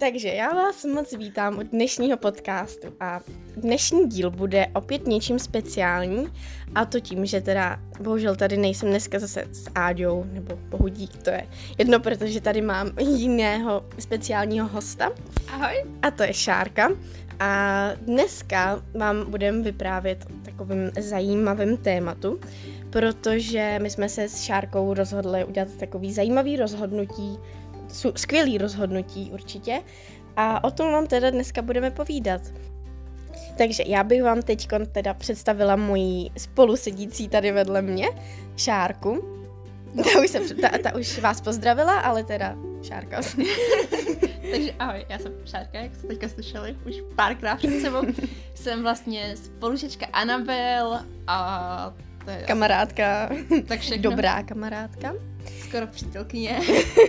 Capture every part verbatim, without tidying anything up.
Takže já vás moc vítám u dnešního podcastu a dnešní díl bude opět něčím speciální a to tím, že teda bohužel tady nejsem dneska zase s Áďou, nebo bohudík, to je jedno, protože tady mám jiného speciálního hosta. Ahoj. A to je Šárka a dneska vám budeme vyprávět o takovém zajímavém tématu, protože my jsme se s Šárkou rozhodli udělat takový zajímavý rozhodnutí, skvělý rozhodnutí určitě a o tom vám teda dneska budeme povídat. Takže já bych vám teď teda představila moji spolusedící tady vedle mě, Šárku. Ta už, jsem, ta, ta už vás pozdravila, ale teda Šárka. Takže ahoj, já jsem Šárka, jak jste teďka slyšeli, už párkrát před sebou. Jsem vlastně spolužečka Anabel a to je kamarádka, tak všechno. Dobrá kamarádka. Skoro přítelkyně.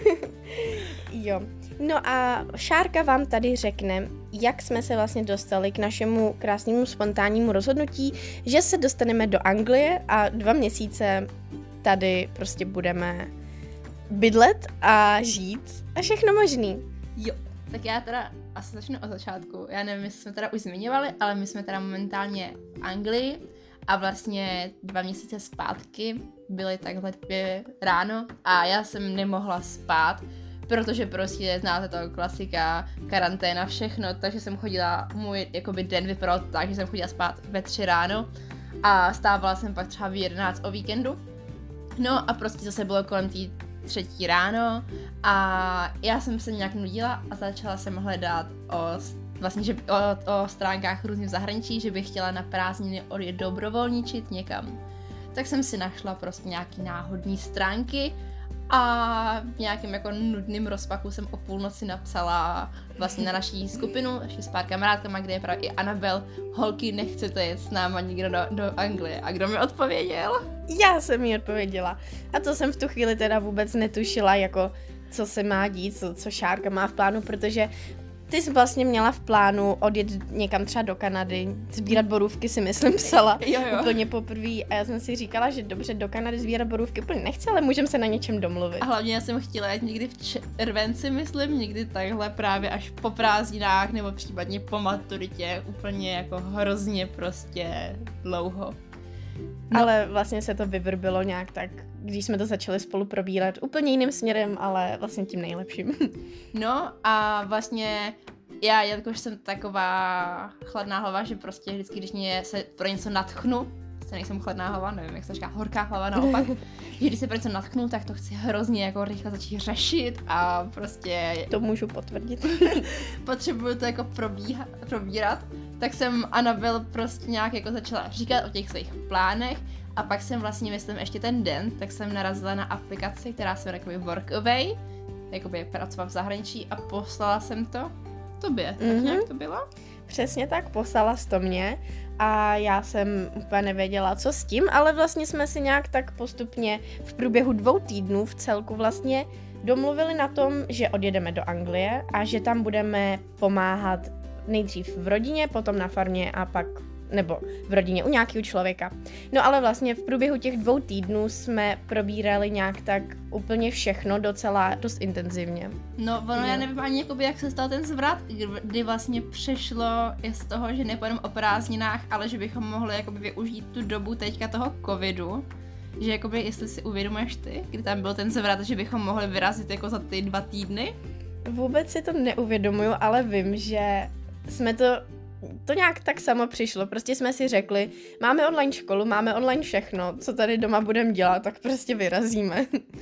Jo. No a Šárka vám tady řekne, jak jsme se vlastně dostali k našemu krásnému spontánnímu rozhodnutí, že se dostaneme do Anglie a dva měsíce tady prostě budeme bydlet a žít a všechno možný. Jo, tak já teda asi začnu od začátku. Já nevím, jestli jsme teda už zmiňovali, ale my jsme teda momentálně v Anglii a vlastně dva měsíce zpátky byly takhle dvě ráno a já jsem nemohla spát, protože prostě znáte to, klasika, karanténa, všechno, takže jsem chodila, můj jakoby den vypadal tak, že jsem chodila spát ve tři ráno a stávala jsem pak třeba v jedenáct o víkendu. No a prostě zase bylo kolem té třetí ráno a já jsem se nějak nudila a začala jsem hledat o, vlastně, že, o, o stránkách různých v zahraničí, že bych chtěla na prázdniny odjet dobrovolničit někam. Tak jsem si našla prostě nějaký náhodný stránky a v nějakém jako nudným rozpaku jsem o půlnoci napsala vlastně na naší skupinu, ještě s pár kamarádkama, kde je právě i Anabel, holky, nechcete jet s náma nikdo do, do Anglie. A kdo mi odpověděl? Já jsem jí odpověděla. A to jsem v tu chvíli teda vůbec netušila, jako co se má dít, co, co Šárka má v plánu, protože ty jsi vlastně měla v plánu odjet někam třeba do Kanady, sbírat borůvky, si myslím psala jo, jo. úplně poprvé a já jsem si říkala, že dobře, do Kanady sbírat borůvky úplně nechci, ale můžeme se na něčem domluvit. A hlavně já jsem chtěla jít někdy v červenci, myslím, někdy takhle právě až po prázdninách nebo případně po maturitě, úplně jako hrozně prostě dlouho. No. Ale vlastně se to vyvrbilo nějak tak, když jsme to začali spolu probírat úplně jiným směrem, ale vlastně tím nejlepším. No a vlastně já, jakož jsem taková chladná hlava, že prostě vždycky, když mě se pro něco nadchnu, se nejsem chladná hlava, nevím, jak se říká, horká hlava naopak, že když se pro něco nadchnu, tak to chci hrozně jako rychle začít řešit a prostě... To můžu potvrdit. Potřebuju to jako probíha, probírat, tak jsem Anabel prostě nějak jako začala říkat o těch svých plánech a pak jsem vlastně, myslím, ještě ten den, tak jsem narazila na aplikaci, která se jmenuje jakoby Workaway, jakoby pracovat v zahraničí a poslala jsem to tobě, tak mm-hmm. nějak to bylo? Přesně tak, poslala jsi to mě a já jsem úplně nevěděla, co s tím, ale vlastně jsme si nějak tak postupně v průběhu dvou týdnů v celku vlastně domluvili na tom, že odjedeme do Anglie a že tam budeme pomáhat nejdřív v rodině, potom na farmě a pak, nebo v rodině u nějakého člověka. No ale vlastně v průběhu těch dvou týdnů jsme probírali nějak tak úplně všechno docela dost intenzivně. No, ono, já nevím ani jakoby, jak se stal ten zvrat, kdy vlastně přešlo i z toho, že nepůjdeme o prázdninách, ale že bychom mohli jakoby využít tu dobu teďka toho covidu, že jakoby, jestli si uvědomuješ ty, kdy tam byl ten zvrat, že bychom mohli vyrazit jako za ty dva týdny? Vůbec si to neuvědomuju, ale vím, že jsme to To nějak tak samo přišlo, prostě jsme si řekli, máme online školu, máme online všechno, co tady doma budeme dělat, tak prostě vyrazíme.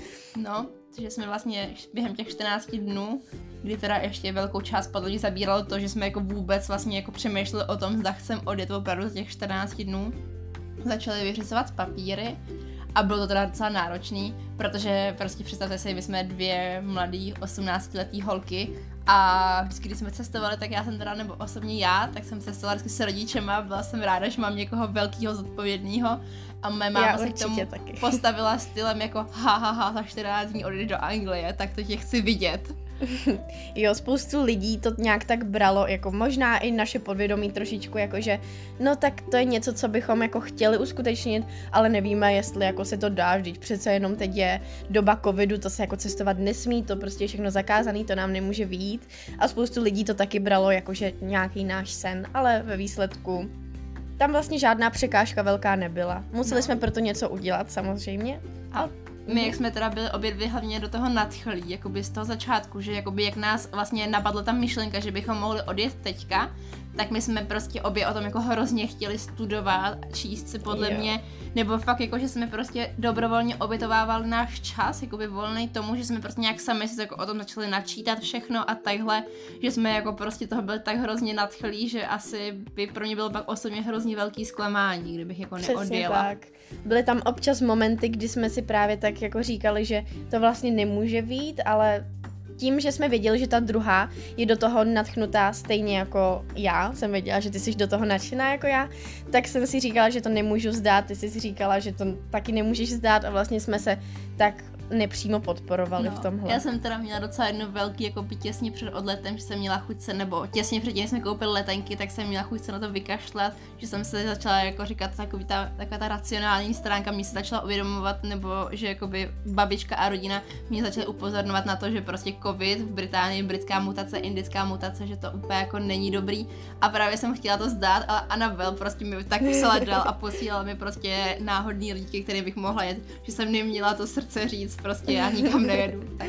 No, takže jsme vlastně během těch čtrnácti dnů, kdy teda ještě velkou část podle zabíralo to, že jsme jako vůbec vlastně jako přemýšleli o tom, zda chcem odjet opravdu z těch čtrnácti dnů, začali vyřizovat papíry a bylo to teda docela náročný, protože prostě představte si, my jsme dvě mladý osmnáctiletý holky a vždycky, když jsme cestovali, tak já jsem teda, nebo osobně já, tak jsem cestovala vždycky s rodičema, byla jsem ráda, že mám někoho velkýho, zodpovědného a moje máma se k tomu taky. postavila stylem jako ha, ha, ha, za čtrnáct dní odjít do Anglie, tak to tě chci vidět. Jo, spoustu lidí to nějak tak bralo, jako možná i naše podvědomí trošičku, jakože no tak to je něco, co bychom jako chtěli uskutečnit, ale nevíme, jestli jako se to dá, vždyť přece jenom teď je doba covidu, to se jako cestovat nesmí, to prostě je všechno zakázaný, to nám nemůže vyjít a spoustu lidí to taky bralo, jakože nějaký náš sen, ale ve výsledku tam vlastně žádná překážka velká nebyla. Museli no. jsme proto něco udělat samozřejmě. A my, jak jsme teda byli obě dvě hlavně do toho nadchlí, jakoby z toho začátku, že jakoby jak nás vlastně napadla ta myšlenka, že bychom mohli odjet teďka, tak my jsme prostě obě o tom jako hrozně chtěli studovat, číst si podle jo. mě, nebo fakt jako, že jsme prostě dobrovolně obětovávali náš čas, jakoby volný tomu, že jsme prostě nějak sami si jako o tom začali načítat všechno a takhle, že jsme jako prostě toho byli tak hrozně nadchlí, že asi by pro mě bylo pak osobně hrozně velký zklamání, kdybych jako Přesně neodjela. Tak. Byly tam občas momenty, kdy jsme si právě tak jako říkali, že to vlastně nemůže být, ale tím, že jsme věděli, že ta druhá je do toho nadchnutá stejně jako já, jsem věděla, že ty jsi do toho nadšená jako já, tak jsem si říkala, že to nemůžu zdát, ty jsi si říkala, že to taky nemůžeš zdát a vlastně jsme se tak nepřímo podporovali no, v tomhle. Já jsem teda měla docela jedno velký, jako by těsně před odletem, že jsem měla chuť se, nebo těsně předtím, než jsme koupili letenky, tak jsem měla chuť se na to vykašlat, že jsem se začala jako říkat takový ta, taková ta racionální stránka mě se začala uvědomovat, nebo že jakoby babička a rodina mě začaly upozorňovat na to, že prostě covid v Británii, britská mutace, indická mutace, že to úplně jako není dobrý a právě jsem chtěla to zdát, ale Anabel prostě mi tak psala dál a posílala mi prostě náhodný lidi, kterým bych mohla jet, že jsem neměla to srdce říct, prostě já nikam nejedu. Tak.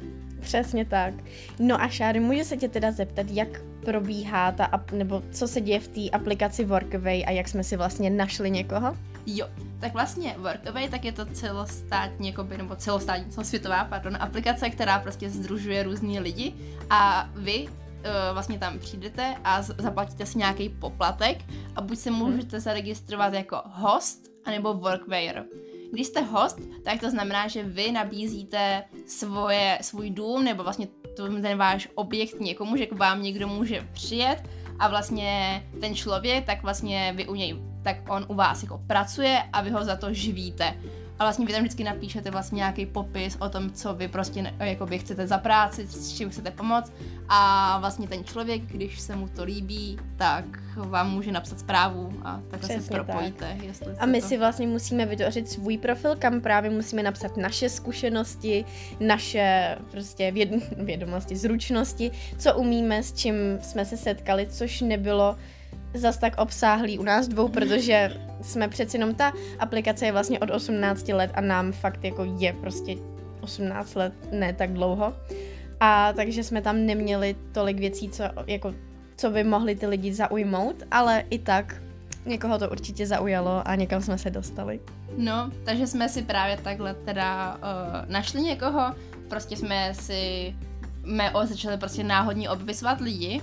Přesně tak. No a Šáry, můžu se tě teda zeptat, jak probíhá ta, ap- nebo co se děje v té aplikaci Workaway a jak jsme si vlastně našli někoho? Jo, tak vlastně Workaway, tak je to celostátní, jakoby, nebo celostátní, celosvětová, pardon, aplikace, která prostě sdružuje různý lidi a vy uh, vlastně tam přijdete a z- zaplatíte si nějaký poplatek a buď se můžete zaregistrovat jako host, anebo workwayer. Když jste host, tak to znamená, že vy nabízíte svoje, svůj dům nebo vlastně ten váš objekt někomu, že k vám někdo může přijet a vlastně ten člověk, tak vlastně vy u něj, tak on u vás jako pracuje a vy ho za to živíte. A vlastně vy tam vždycky napíšete vlastně nějaký popis o tom, co vy prostě jakoby chcete za práci, s čím chcete pomoct a vlastně ten člověk, když se mu to líbí, tak vám může napsat zprávu a takhle se propojíte. Tak. Jestli a my to... si vlastně musíme vytvořit svůj profil, kam právě musíme napsat naše zkušenosti, naše prostě věd- vědomosti, zručnosti, co umíme, s čím jsme se setkali, což nebylo zas tak obsáhlý u nás dvou, protože jsme přeci jenom, ta aplikace je vlastně od osmnácti let a nám fakt jako je prostě osmnáct let, ne tak dlouho. A takže jsme tam neměli tolik věcí, co, jako, co by mohli ty lidi zaujmout, ale i tak někoho to určitě zaujalo a někam jsme se dostali. No, takže jsme si právě takhle teda uh, našli někoho, prostě jsme si jsme začali prostě náhodně obvisovat lidi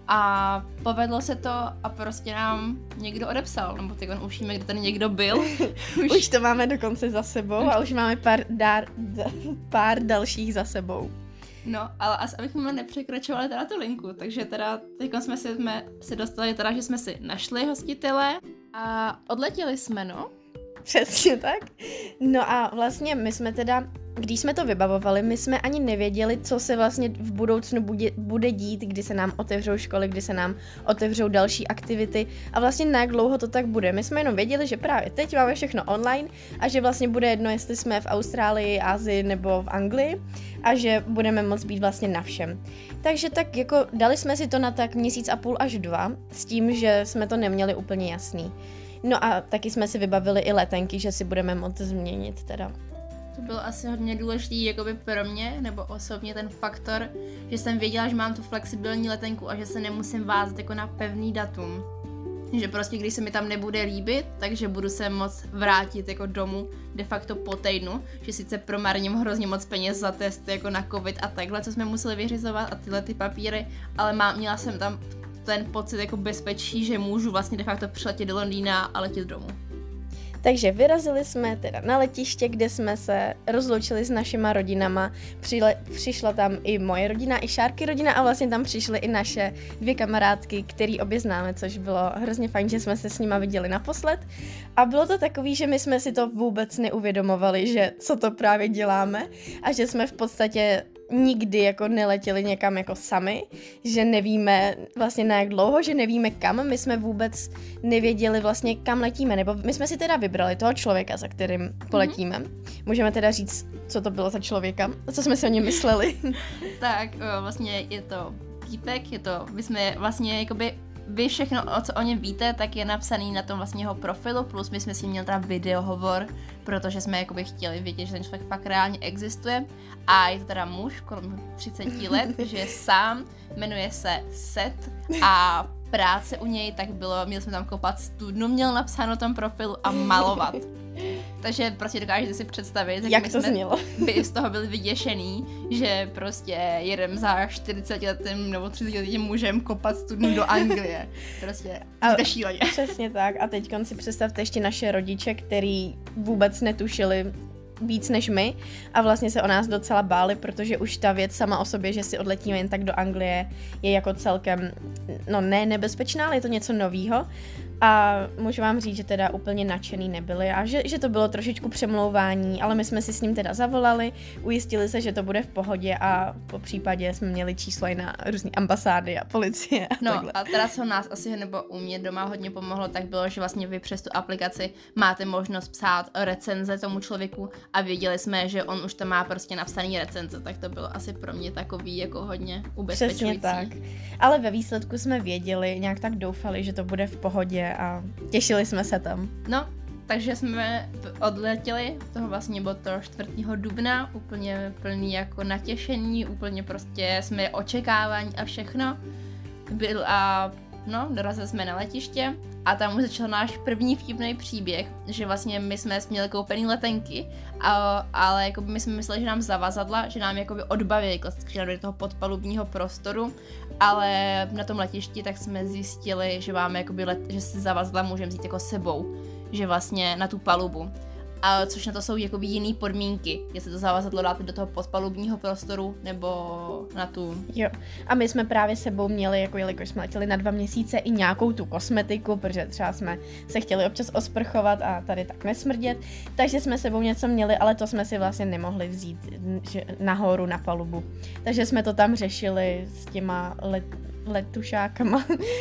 a povedlo se to a prostě nám někdo odepsal, nebo teď on už víme, kdo ten někdo byl. už... už to máme dokonce za sebou a už máme pár, dár, pár dalších za sebou. No, ale asi abychom nepřekračovali teda tu linku, takže teda teď jsme si, jsme si dostali teda, že jsme si našli hostitele a odletěli jsme, no. Přesně tak. No a vlastně my jsme teda, když jsme to vybavovali, my jsme ani nevěděli, co se vlastně v budoucnu bude, bude dít, kdy se nám otevřou školy, kdy se nám otevřou další aktivity a vlastně na jak dlouho to tak bude. My jsme jenom věděli, že právě teď máme všechno online a že vlastně bude jedno, jestli jsme v Austrálii, Asii nebo v Anglii a že budeme moct být vlastně na všem. Takže tak jako dali jsme si to na tak měsíc a půl až dva s tím, že jsme to neměli úplně jasný. No a taky jsme si vybavili i letenky, že si budeme moct změnit teda. To bylo asi hodně důležitý jakoby pro mě, nebo osobně ten faktor, že jsem věděla, že mám tu flexibilní letenku a že se nemusím vázat jako na pevný datum. Že prostě když se mi tam nebude líbit, takže budu se moc vrátit jako domů de facto po týdnu, že sice promarním hrozně moc peněz za testy jako na covid a takhle, co jsme museli vyřizovat a tyhle ty papíry, ale má, měla jsem tam ten pocit jako bezpečí, že můžu vlastně de facto přiletět do Londýna a letět domů. Takže vyrazili jsme teda na letiště, kde jsme se rozloučili s našima rodinama. Přile, přišla tam i moje rodina, i Šárky rodina a vlastně tam přišly i naše dvě kamarádky, který obě známe, což bylo hrozně fajn, že jsme se s nima viděli naposled. A bylo to takový, že my jsme si to vůbec neuvědomovali, že co to právě děláme a že jsme v podstatě nikdy jako neletěli někam jako sami, že nevíme vlastně na jak dlouho, že nevíme kam, my jsme vůbec nevěděli vlastně kam letíme, nebo my jsme si teda vybrali toho člověka, za kterým poletíme. Mm-hmm. Můžeme teda říct, co to bylo za člověka, co jsme si o něm mysleli. Tak vlastně je to týpek, je to, my jsme vlastně jakoby vy všechno, o co o něm víte, tak je napsaný na tom vlastně jeho profilu, plus my jsme si měli teda videohovor, protože jsme jakoby chtěli vědět, že ten člověk fakt reálně existuje. A je to teda muž kolem třicet let, že je sám, jmenuje se Seth a práce u něj tak bylo, měli jsme tam kopat studnu, měl napsáno na tom profilu a malovat. Takže prostě dokážete si představit, jak to znělo. By z toho byli vyděšený, že prostě jedem za čtyřicetiletým nebo třicetiletým mužem kopat studnu do Anglie. Prostě to šíleně. Přesně tak. A teď si představte ještě naše rodiče, který vůbec netušili víc než my a vlastně se o nás docela báli, protože už ta věc sama o sobě, že si odletíme jen tak do Anglie, je jako celkem, no ne nebezpečná, ale je to něco novýho. A můžu vám říct, že teda úplně nadšený nebyli a že, že to bylo trošičku přemlouvání, ale my jsme si s ním teda zavolali, ujistili se, že to bude v pohodě a po případě jsme měli číslo i na různé ambasády a policie a no, takhle. A teda co nás asi nebo u mě doma hodně pomohlo, tak bylo, že vlastně vy přes tu aplikaci máte možnost psát recenze tomu člověku a věděli jsme, že on už tam má prostě napsaný recenze, tak to bylo asi pro mě takový jako hodně ubezpečující. Přesně tak. Ale ve výsledku jsme věděli, nějak tak doufali, že to bude v pohodě a těšili jsme se tam. No, takže jsme odletěli, toho vlastně bylo to čtvrtého dubna, úplně plný jako natěšení, úplně prostě jsme očekávání a všechno. Byl a no, dorazili jsme na letiště a tam už začal náš první vtipný příběh, že vlastně my jsme měli koupený letenky, a, ale jakoby my jsme mysleli, že nám zavazadla, že nám jakoby odbaví klasicky do toho podpalubního prostoru, ale na tom letišti tak jsme zjistili, že máme jakoby let, že si zavazadla můžeme vzít jako sebou, že vlastně na tu palubu. A což na to jsou jakoby jiný podmínky, jestli to zavazadlo dáte do toho podpalubního prostoru nebo na tu... Jo, a my jsme právě sebou měli, jako jelikož jsme letěli na dva měsíce, i nějakou tu kosmetiku, protože třeba jsme se chtěli občas osprchovat a tady tak nesmrdět, takže jsme sebou něco měli, ale to jsme si vlastně nemohli vzít že, nahoru na palubu. Takže jsme to tam řešili s těma let, letušákama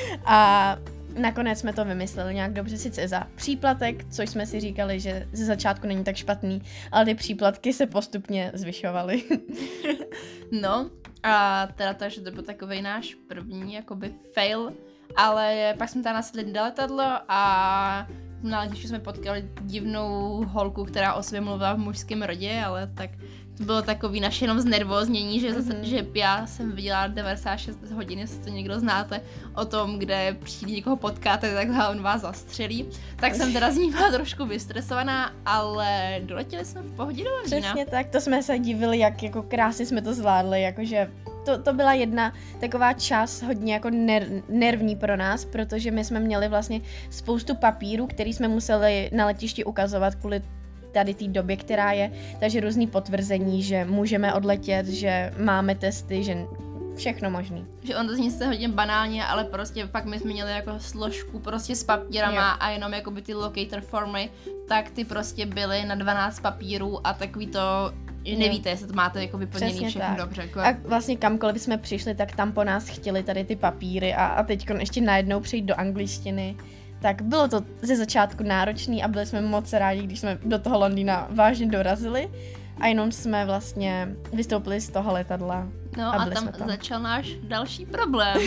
a... Nakonec jsme to vymysleli nějak dobře, sice za příplatek, což jsme si říkali, že ze začátku není tak špatný, ale ty příplatky se postupně zvyšovaly. No a teda to, že to byl takovej náš první jakoby fail, ale pak jsme tam nasedli do letadlo a na letišti jsme potkali divnou holku, která o sobě mluvila v mužském rodě, ale tak to bylo takový naše jenom znervóznění, že, mm-hmm. že já jsem viděla devadesát šest hodin, jestli to někdo znáte, o tom, kde přijde někoho potkáte, takhle on vás zastřelí. Tak jsem teda z ní byla trošku vystresovaná, ale doletěli jsme v pohodě do Londýna. Přesně tak, to jsme se divili, jak jako krásně jsme to zvládli, jakože to, to byla jedna taková čas hodně jako ner, nervní pro nás, protože my jsme měli vlastně spoustu papírů, který jsme museli na letišti ukazovat kvůli tady té době, která je, takže různý potvrzení, že můžeme odletět, že máme testy, že všechno možný. Že on to zní se hodně banálně, ale prostě fakt my jsme měli jako složku prostě s papírama jo. A jenom jakoby ty locator formy, tak ty prostě byly na dvanáct papírů a takový to, že nevíte, jestli to máte jako vyplněný přesně všechno tak. Dobře. Jako... A vlastně kamkoliv jsme přišli, tak tam po nás chtěli tady ty papíry a, a teď ještě najednou přijít do angličtiny. Tak bylo to ze začátku náročný a byli jsme moc rádi, když jsme do toho Londýna vážně dorazili a jenom jsme vlastně vystoupili z toho letadla. No a, a tam, tam začal náš další problém.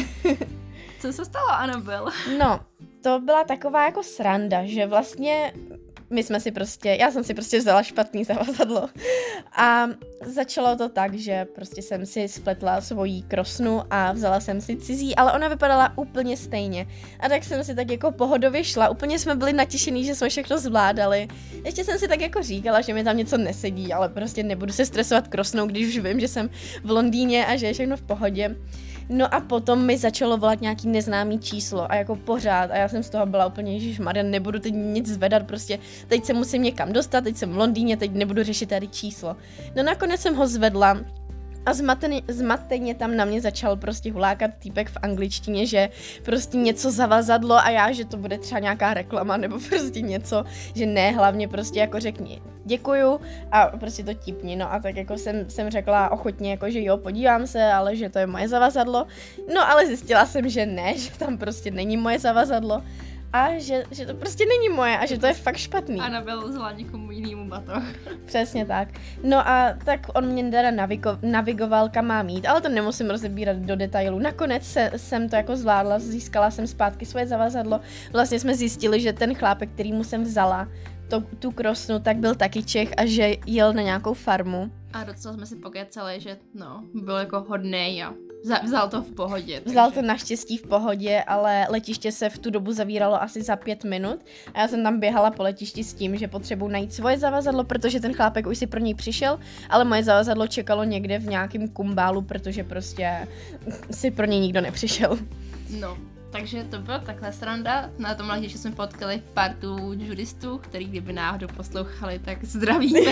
Co se stalo, Anabel? No, to byla taková jako sranda, že vlastně my jsme si prostě, já jsem si prostě vzala špatný zavazadlo a začalo to tak, že prostě jsem si spletla svoji krosnu a vzala jsem si cizí, ale ona vypadala úplně stejně a tak jsem si tak jako pohodově šla, úplně jsme byli natěšení, že jsme všechno zvládali. Ještě jsem si tak jako říkala, že mi tam něco nesedí, ale prostě nebudu se stresovat krosnou, když už vím, že jsem v Londýně a že je všechno v pohodě. No a potom mi začalo volat nějaký neznámý číslo a jako pořád a já jsem z toho byla úplně ježišmarja, nebudu teď nic zvedat, prostě teď se musím někam dostat, teď jsem v Londýně, teď nebudu řešit tady číslo. No nakonec jsem ho zvedla, A zmateně, zmateně tam na mě začal prostě hulákat týpek v angličtině, že prostě něco zavazadlo a já, že to bude třeba nějaká reklama nebo prostě něco, že ne, hlavně prostě jako řekni děkuju a prostě to tipni, no a tak jako jsem, jsem řekla ochotně, jako že jo, podívám se, ale že to je moje zavazadlo, no ale zjistila jsem, že ne, že tam prostě není moje zavazadlo a že, že to prostě není moje a že to je fakt špatný. Anabel vzala někomu jinému batoh. Přesně tak. No a tak on mě teda navigo, navigoval, kam mám jít, ale to nemusím rozebírat do detailů. Nakonec se, jsem to jako zvládla, získala jsem zpátky svoje zavazadlo. Vlastně jsme zjistili, že ten chlápek, kterýmu jsem vzala to, tu krosnu, tak byl taky Čech a že jel na nějakou farmu. A docela jsme si pokecali, že no, byl jako hodnej a vzal to v pohodě. Takže... Vzal to naštěstí v pohodě, ale letiště se v tu dobu zavíralo asi za pět minut a já jsem tam běhala po letišti s tím, že potřebuji najít svoje zavazadlo, protože ten chlápek už si pro něj přišel, ale moje zavazadlo čekalo někde v nějakém kumbálu, protože prostě si pro něj nikdo nepřišel. No. Takže to bylo takhle sranda. Na tom letišti jsme potkali partu juristů, který kdyby náhodou poslouchali, tak zdravíme.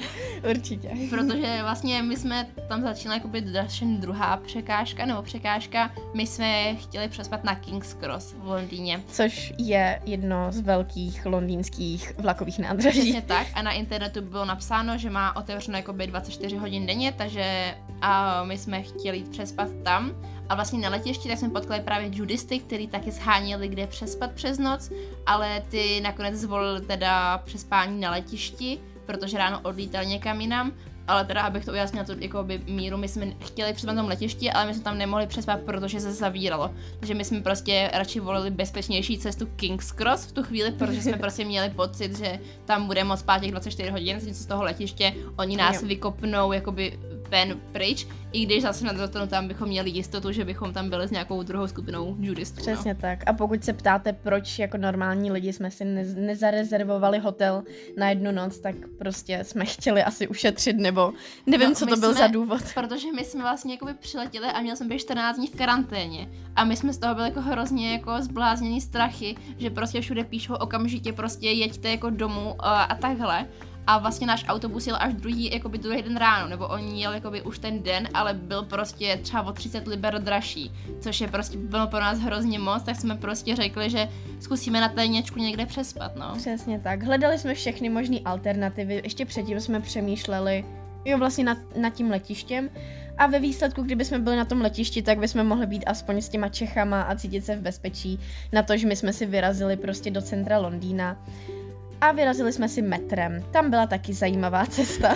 Určitě. Protože vlastně my jsme tam začínali jako být další druhá překážka, nebo překážka. My jsme chtěli přespat na King's Cross v Londýně. Což je jedno z velkých londýnských vlakových nádraží. Přesně tak. A na internetu bylo napsáno, že má otevřeno jako by dvacet čtyři hodin denně, takže a my jsme chtěli jít přespat tam. A vlastně na letišti tak jsme potkali právě judisty, který taky sháněli, kde přespat přes noc, ale ty nakonec zvolili teda přespání na letišti, protože ráno odlítali někam jinam, ale teda abych to ujasnila tu jakoby míru, my jsme chtěli přespat na tom letišti, ale my jsme tam nemohli přespat, protože se zavíralo. Takže my jsme prostě radši volili bezpečnější cestu King's Cross v tu chvíli, protože jsme prostě měli pocit, že tam bude moc spát těch dvacet čtyři hodin, z toho letiště oni nás jo. vykopnou jakoby ven pryč, i když zase na druhou tam bychom měli jistotu, že bychom tam byli s nějakou druhou skupinou judistů. Přesně no. tak. A pokud se ptáte, proč jako normální lidi jsme si ne- nezarezervovali hotel na jednu noc, tak prostě jsme chtěli asi ušetřit, nebo nevím, no, co to byl jsme, za důvod. Protože my jsme vlastně jakoby přiletěli a měli jsme být čtrnáct dní v karanténě. A my jsme z toho byli jako hrozně jako zbláznění strachy, že prostě všude píšou okamžitě prostě jeďte jako domů a, a takhle. A vlastně náš autobus jel až druhý, jakoby druhý den ráno, nebo on jel jakoby už ten den, ale byl prostě třeba o třicet liber dražší, což je prostě bylo pro nás hrozně moc, tak jsme prostě řekli, že zkusíme na téněčku někde přespat, no. Přesně tak, hledali jsme všechny možné alternativy, ještě předtím jsme přemýšleli, jo vlastně nad, nad tím letištěm a ve výsledku, kdyby jsme byli na tom letišti, tak bychom mohli být aspoň s těma Čechama a cítit se v bezpečí, na to, že my jsme si vyrazili prostě do centra Londýna. A vyrazili jsme si metrem. Tam byla taky zajímavá cesta.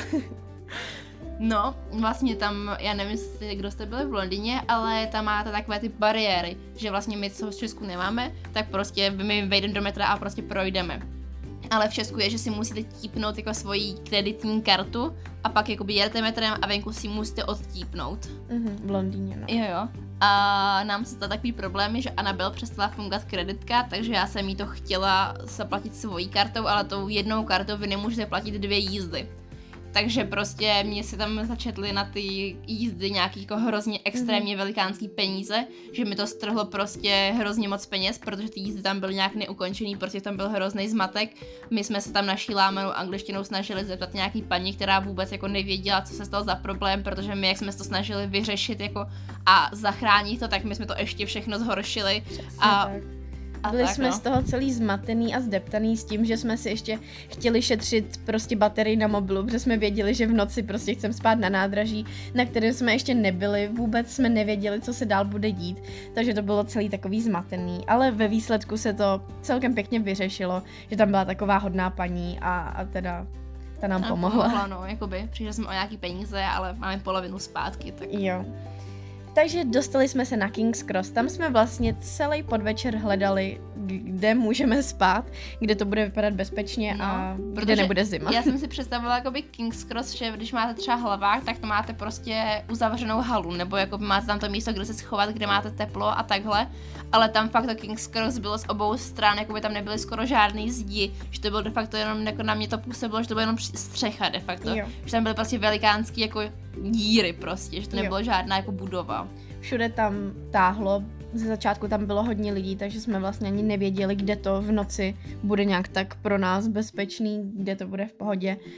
No, vlastně tam, já nevím, kdo jste byli v Londýně, ale tam máte takové ty bariéry, že vlastně my, co v Česku nemáme, tak prostě my vejdeme do metra a prostě projdeme. Ale v Česku je, že si musíte típnout jako svoji kreditní kartu a pak jakoby jedete metrem a venku si musíte odtípnout. Mhm, v Londýně, no. Jo, jo. A nám se stál takový problémy, že Anabel přestala fungovat kreditka, takže já jsem jí to chtěla zaplatit svojí kartou, ale tou jednou kartou vy nemůžete platit dvě jízdy. Takže prostě mě se tam začetly na ty jízdy nějaký jako hrozně extrémně velikánský peníze, že mi to strhlo prostě hrozně moc peněz, protože ty jízdy tam byly nějak neukončený, protože tam byl hrozný zmatek. My jsme se tam naší lámanou angličtinou snažili zeptat nějaký paní, která vůbec jako nevěděla, co se stalo za problém, protože my, jak jsme se to snažili vyřešit jako a zachránit to, tak my jsme to ještě všechno zhoršili. Přesně a tak. Byli tak, jsme no. z toho celý zmatený a zdeptaný s tím, že jsme si ještě chtěli šetřit prostě baterii na mobilu, protože jsme věděli, že v noci prostě chceme spát na nádraží, na kterém jsme ještě nebyli, vůbec jsme nevěděli, co se dál bude dít, takže to bylo celý takový zmatený, ale ve výsledku se to celkem pěkně vyřešilo, že tam byla taková hodná paní a, a teda ta nám a pomohla. pomohla. No, jakoby, přišli jsme o nějaký peníze, ale máme polovinu zpátky, tak... Jo. Takže dostali jsme se na King's Cross, tam jsme vlastně celý podvečer hledali, kde můžeme spát, kde to bude vypadat bezpečně no, a kde nebude zima. Já jsem si představila jakoby King's Cross, že když máte třeba hlavák, tak to máte prostě uzavřenou halu, nebo jako máte tam to místo, kde se schovat, kde máte teplo a takhle, ale tam fakt to King's Cross bylo z obou stran, jakoby tam nebyly skoro žádný zdi, že to bylo de facto jenom, jako na mě to působilo, že to bylo jenom střecha de facto, jo. Že tam byly prostě velikánský jako díry prostě, že to nebylo jo. žádná jako budova. Všude tam táhlo, ze začátku tam bylo hodně lidí, takže jsme vlastně ani nevěděli, kde to v noci bude nějak tak pro nás bezpečný, kde to bude v pohodě.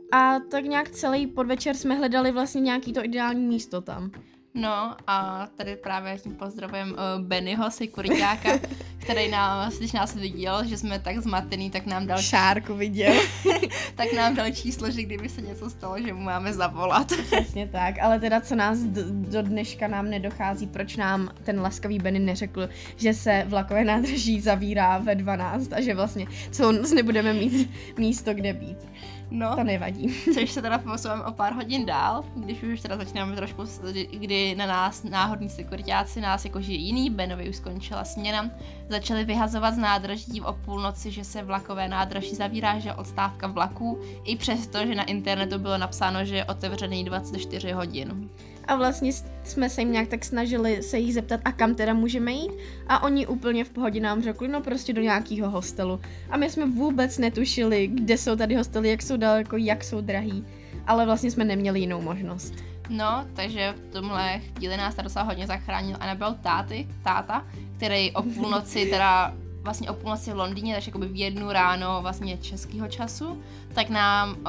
A tak nějak celý podvečer jsme hledali vlastně nějaký to ideální místo tam. No a tady právě tím pozdravujem uh, Bennyho, sekuritáka, který nám, když nás viděl, že jsme tak zmatený, tak nám dal... Šárku viděl. tak nám dal číslo, že kdyby se něco stalo, že mu máme zavolat. Přesně tak, ale teda co nás d- do dneška nám nedochází, proč nám ten laskavý Benny neřekl, že se vlakové nádraží zavírá ve dvanáct a že vlastně co nebudeme mít místo, kde být. No, to nevadí. Což se teda posouvám o pár hodin dál, když už teda začínáme trošku, kdy na nás náhodní sekuritáci, nás jakože jiný, Benovi už skončila směna, začali vyhazovat z nádraží o půlnoci, že se vlakové nádraží zavírá, že odstávka vlaků, i přesto, že na internetu bylo napsáno, že je otevřený dvacet čtyři hodin. A vlastně jsme se jim nějak tak snažili se jich zeptat, a kam teda můžeme jít, a oni úplně v pohodě nám řekli, no prostě do nějakého hostelu. A my jsme vůbec netušili, kde jsou tady hostely, jak jsou daleko, jak jsou drahý, ale vlastně jsme neměli jinou možnost. No, takže v tomhle chvíli nás tady hodně zachránil Annabelle táty, táta, který o půlnoci teda vlastně o půlnoci v Londýně, takže jakoby v jednu ráno vlastně českého času, tak nám uh,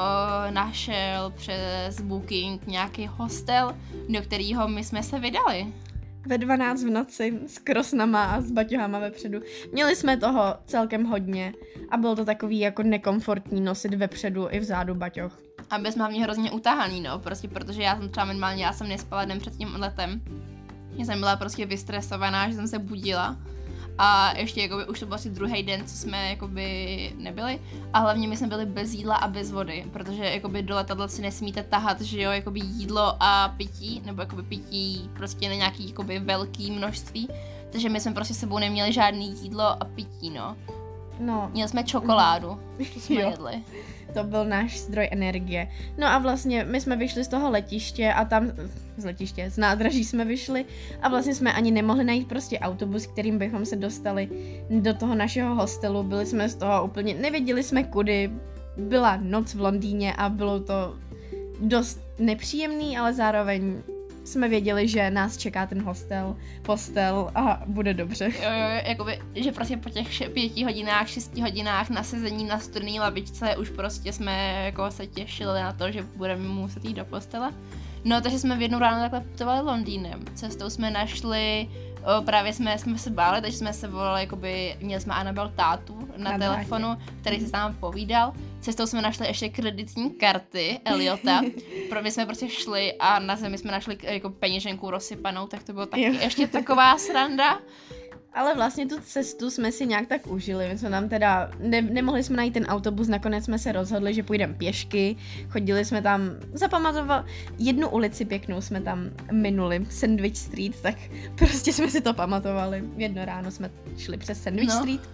našel přes Booking nějaký hostel, do kterého my jsme se vydali. Ve dvanáct v noci s krosnama a s baťohama vepředu. Měli jsme toho celkem hodně a bylo to takový jako nekomfortní nosit vepředu i vzadu baťoh. A byli jsme hlavně hrozně utahaný, no, prostě protože já jsem třeba minimálně, já jsem nespala den před tím letem, že jsem byla prostě vystresovaná, že jsem se budila. A ještě jakoby, už to byl asi druhý den, co jsme jakoby nebyli. A hlavně my jsme byli bez jídla a bez vody, protože jakoby do letadla si nesmíte tahat, že jo, jakoby jídlo a pití, nebo jakoby pití prostě na nějaký jakoby velký množství. Takže my jsme prostě s sebou neměli žádný jídlo a pití, no. No. Měli jsme čokoládu, to jsme jo. jedli. To byl náš zdroj energie. No a vlastně my jsme vyšli z toho letiště a tam, z letiště, z nádraží jsme vyšli a vlastně jsme ani nemohli najít prostě autobus, kterým bychom se dostali do toho našeho hostelu. Byli jsme z toho úplně, nevěděli jsme kudy, byla noc v Londýně a bylo to dost nepříjemný, ale zároveň jsme věděli, že nás čeká ten hostel, postel a bude dobře. Jo, jo, jakoby, že prostě po těch pěti hodinách, šesti hodinách nasezení na studený lavičce už prostě jsme jako se těšili na to, že budeme muset jít do postele. No, takže jsme v jednu ráno takhle putovali Londýnem. Cestou jsme našli, o, právě jsme, jsme se báli, takže jsme se volali, jakoby, měli jsme Annabelle tátu na, na telefonu, drátě. Který se s námi povídal. Cestou jsme našli ještě kreditní karty Eliota, pro my jsme prostě šli a na zemi jsme našli jako peněženku rozsypanou, tak to bylo taky ještě taková sranda. Ale vlastně tu cestu jsme si nějak tak užili, my jsme tam teda, ne, nemohli jsme najít ten autobus, nakonec jsme se rozhodli, že půjdeme pěšky, chodili jsme tam, zapamatoval, jednu ulici pěknou jsme tam minuli, Sandwich Street, tak prostě jsme si to pamatovali, jedno ráno jsme šli přes Sandwich no. Street.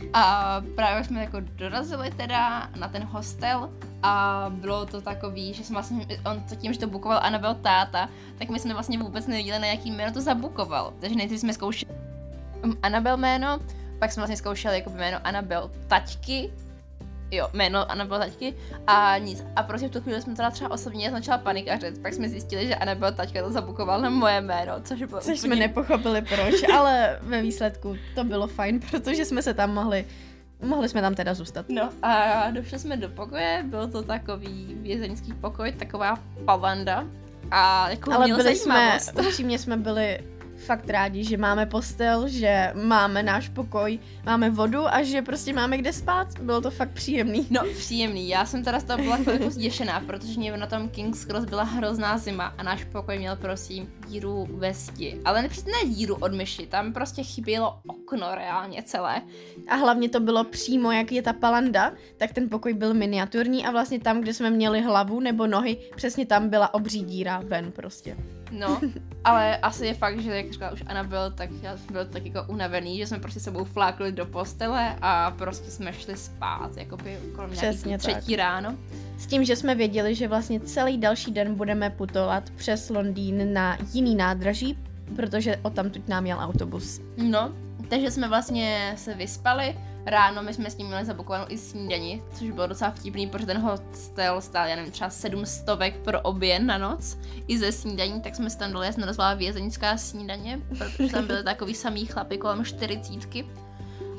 A právě jsme jako dorazili teda na ten hostel a bylo to takový, že jsme vlastně, on to tím, že to bukoval Annabelle táta, tak my jsme vlastně vůbec nevěděli, na jaký jméno to zabukoval, takže nejdřív jsme zkoušeli Annabelle jméno, pak jsme vlastně zkoušeli jako jméno Annabelle taťky, jo, jméno Annabelle taťky a nic. A prostě v tu chvíli jsme teda třeba osobně začala panikařit, pak jsme zjistili, že Annabelle taťka to zabukoval na moje jméno, což bylo Což úplně... jsme nepochopili proč, ale ve výsledku to bylo fajn, protože jsme se tam mohli, mohli jsme tam teda zůstat. No a došli jsme do pokoje, byl to takový vězeňský pokoj, taková pavanda a jako ale byli jsme, upřímně jsme byli fakt rádi, že máme postel, že máme náš pokoj, máme vodu a že prostě máme kde spát. Bylo to fakt příjemný. No, příjemný. Já jsem teda z toho byla chvilku zděšená, protože mě na tom King's Cross byla hrozná zima a náš pokoj měl prosím díru ve zdi. Ale ne, ne díru od myši, tam prostě chybělo okno reálně celé. A hlavně to bylo přímo, jak je ta palanda, tak ten pokoj byl miniaturní a vlastně tam, kde jsme měli hlavu nebo nohy, přesně tam byla obří díra ven prostě. No, ale asi je fakt, že jak říkala už Annabelle, tak já jsem byl tak jako unavený, že jsme prostě sebou flákli do postele a prostě jsme šli spát, jakoby kolem nějaký třetí ráno. S tím, že jsme věděli, že vlastně celý další den budeme putovat přes Londýn na jiný nádraží, protože odtamtud nám jel autobus. No, takže jsme vlastně se vyspali. Ráno my jsme s ním měli zabukovanou i snídani, což bylo docela vtipný, protože ten hostel stál, já nevím, třeba sedm stovek pro oběd na noc. I ze snídaní, tak jsme se tam dali, já jsem nazvala vězeňská snídaně, protože tam byly takový samý chlapy kolem čtyřicítky.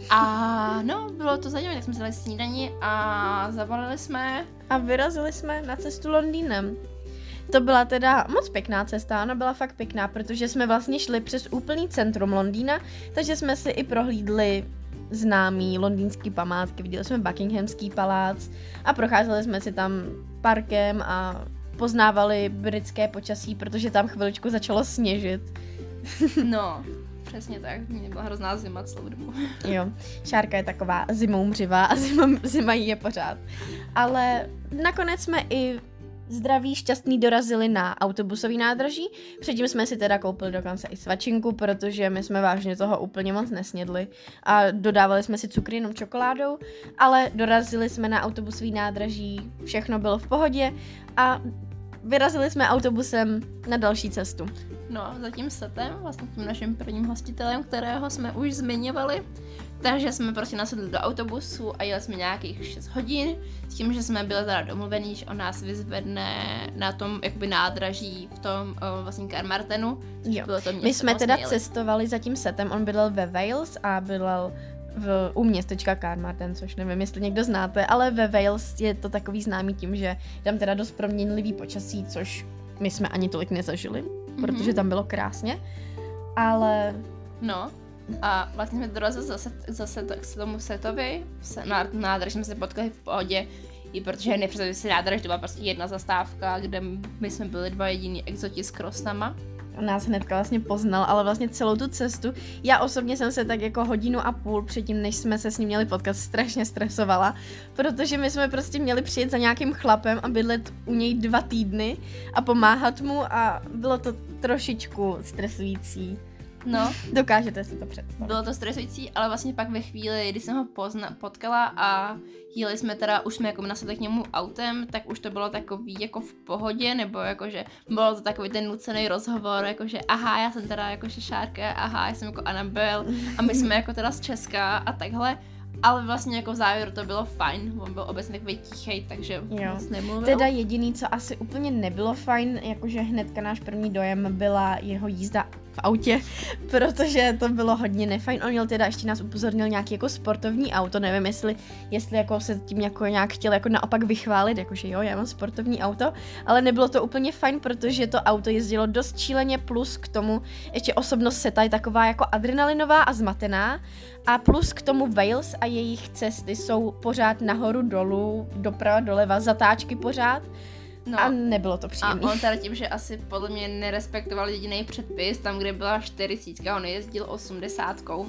A no, bylo to zajímavé, tak jsme si dali snídani a zabalili jsme. A vyrazili jsme na cestu Londýnem. To byla teda moc pěkná cesta, ona byla fakt pěkná, protože jsme vlastně šli přes úplný centrum Londýna, takže jsme si i prohlídli známý londýnský památky, viděli jsme Buckinghamský palác a procházeli jsme si tam parkem a poznávali britské počasí, protože tam chviličku začalo sněžit. No, přesně tak, mě byla hrozná zima celou dobu. Jo, Šárka je taková zimoumřivá a zima, zima jí je pořád. Ale nakonec jsme i zdraví, šťastný dorazili na autobusový nádraží. Předtím jsme si teda koupili dokonce i svačinku, protože my jsme vážně toho úplně moc nesnědli a dodávali jsme si cukry jenom čokoládou, ale dorazili jsme na autobusový nádraží, všechno bylo v pohodě a vyrazili jsme autobusem na další cestu. No, za tím setem, vlastně tím naším prvním hostitelem, kterého jsme už zmiňovali, takže jsme prostě nasedli do autobusu a jeli jsme nějakých šest hodin, s tím, že jsme byli teda domluvení, že on nás vyzvedne na tom jakoby nádraží v tom o, vlastně Carmarthenu. Jo. Bylo to My jsme vlastně teda jeli. cestovali za tím setem, on bydlel ve Wales a bydlel v, u městečka Carmarthen, což nevím, jestli někdo znáte, ale ve Wales je to takový známý tím, že tam teda dost proměnlivý počasí, což my jsme ani tolik nezažili, mm-hmm. protože tam bylo krásně, ale... No, a vlastně jsme dorazili zase, zase k tomu setovi, na nádraží jsme se potkali v pohodě, i protože nepředstavili si nádraž, to byla prostě jedna zastávka, kde my jsme byli dva jediní exoti s krosnama. On nás hnedka vlastně poznal, ale vlastně celou tu cestu, já osobně jsem se tak jako hodinu a půl předtím, než jsme se s ním měli potkat, strašně stresovala, protože my jsme prostě měli přijet za nějakým chlapem a bydlet u něj dva týdny a pomáhat mu a bylo to trošičku stresující. No, dokážete si to představit. Bylo to stresující, ale vlastně pak ve chvíli, kdy jsem ho pozna- potkala a jeli jsme teda, už jsme jako nasedli k němu autem, tak už to bylo takový jako v pohodě, nebo jakože bylo to takový ten nucený rozhovor, jakože aha, já jsem teda jakože Šárka, aha, já jsem jako Anabel a my jsme jako teda z Česka a takhle. Ale vlastně jako v závěru to bylo fajn, on byl obecně takový tichej, takže jo. moc nemluvil. Teda jediný, co asi úplně nebylo fajn, jakože hnedka náš první dojem byla jeho jízda v autě, protože to bylo hodně nefajn. On měl teda, ještě nás upozornil nějaký jako sportovní auto, nevím jestli, jestli jako se tím jako nějak chtěl jako naopak vychválit, jakože jo, já mám sportovní auto, ale nebylo to úplně fajn, protože to auto jezdilo dost šíleně, plus k tomu ještě osobnost seta je taková jako adrenalinová a zmatená a plus k tomu Wales a jejich cesty jsou pořád nahoru dolů, doprava doleva, zatáčky pořád. No, a nebylo to příjemné. A on teda tím, že asi podle mě nerespektoval jediný předpis, tam, kde byla čtyřicítka, on jezdil osmdesátkou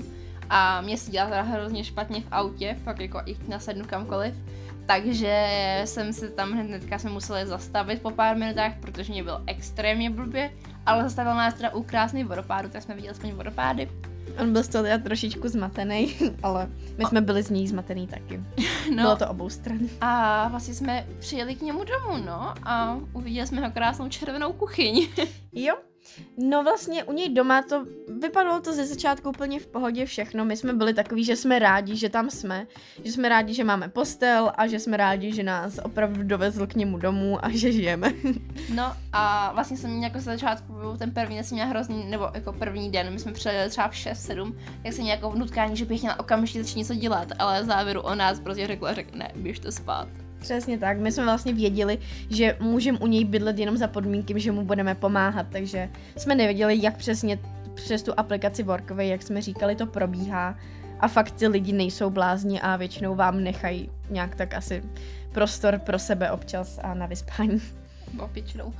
a mě se dělá teda hrozně špatně v autě, fakt jako i nasednu kamkoliv, takže jsem se tam hnedka jsme museli zastavit po pár minutách, protože mě bylo extrémně blbě, ale zastavil nás teda u krásný vodopádu, tak jsme viděli aspoň vodopády. On byl z toho teda trošičku zmatený, ale my jsme byli z ní zmatený taky. No. Bylo to obou stran. A vlastně jsme přijeli k němu domů, no, a uviděli jsme ho krásnou červenou kuchyň. Jo, no vlastně u něj doma to vypadalo to ze začátku úplně v pohodě všechno. My jsme byli takový, že jsme rádi, že tam jsme, že jsme rádi, že máme postel a že jsme rádi, že nás opravdu dovezl k němu domů a že žijeme. No a vlastně jsem měla jako ze začátku, ten první den jsem měla hrozný, nebo jako první den, my jsme přijeli třeba v šest sedm, tak jsem nějakou nutkání, že bych měla okamžitě začít něco dělat, ale v závěru o nás prostě řekl a řekl, ne, běžte spát. Přesně tak, my jsme vlastně věděli, že můžeme u něj bydlet jenom za podmínky, že mu budeme pomáhat, takže jsme nevěděli, jak přesně přes tu aplikaci Workaway, jak jsme říkali, to probíhá a fakt ty lidi nejsou blázni a většinou vám nechají nějak tak asi prostor pro sebe občas a na vyspání. Opičnou.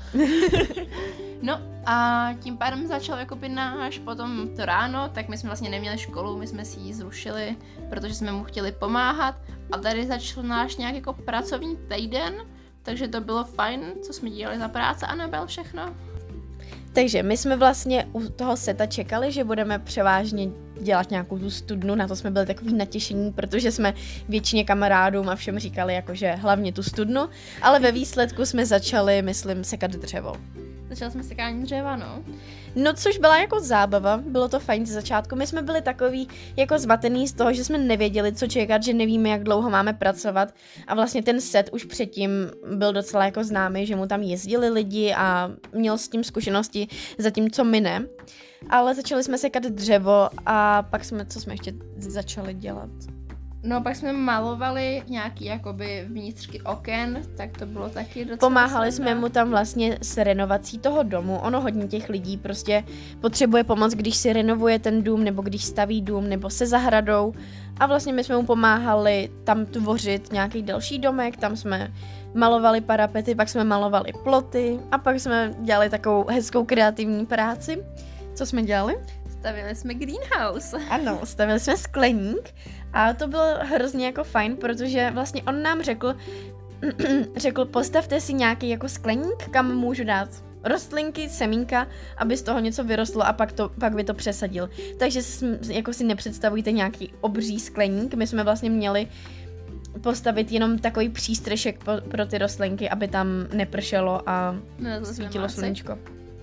No a tím pádem začal jakoby náš potom to ráno, tak my jsme vlastně neměli školu, my jsme si ji zrušili, protože jsme mu chtěli pomáhat a tady začal náš nějak jako pracovní týden, takže to bylo fajn, co jsme dělali za práce a nebyl všechno. Takže my jsme vlastně u toho seta čekali, že budeme převážně dělat nějakou tu studnu, na to jsme byli takový natěšení, protože jsme většině kamarádům a všem říkali jakože hlavně tu studnu, ale ve výsledku jsme začali, myslím, sekat dřevo. Začala jsme sekání dřeva, no. No, což byla jako zábava, bylo to fajn ze začátku. My jsme byli takový jako zmatený z toho, že jsme nevěděli, co čekat, že nevíme, jak dlouho máme pracovat. A vlastně ten set už předtím byl docela jako známý, že mu tam jezdili lidi a měl s tím zkušenosti, zatímco my ne. Ale začali jsme sekat dřevo a pak jsme, co jsme ještě začali dělat? No, pak jsme malovali nějaký jakoby vnitřky oken, tak to bylo taky docela Pomáhali sranda. jsme mu tam vlastně s renovací toho domu. Ono hodně těch lidí prostě potřebuje pomoc, když si renovuje ten dům, nebo když staví dům, nebo se zahradou. A vlastně my jsme mu pomáhali tam tvořit nějaký další domek, tam jsme malovali parapety, pak jsme malovali ploty a pak jsme dělali takovou hezkou kreativní práci. Co jsme dělali? Stavili jsme greenhouse. Ano, stavili jsme skleník a to bylo hrozně jako fajn, protože vlastně on nám řekl, řekl, postavte si nějaký jako skleník, kam můžu dát rostlinky, semínka, aby z toho něco vyrostlo a pak, to, pak by to přesadil. Takže jako si nepředstavujte nějaký obří skleník, my jsme vlastně měli postavit jenom takový přístřešek po, pro ty rostlinky, aby tam nepršelo a no, svítilo sluníčko.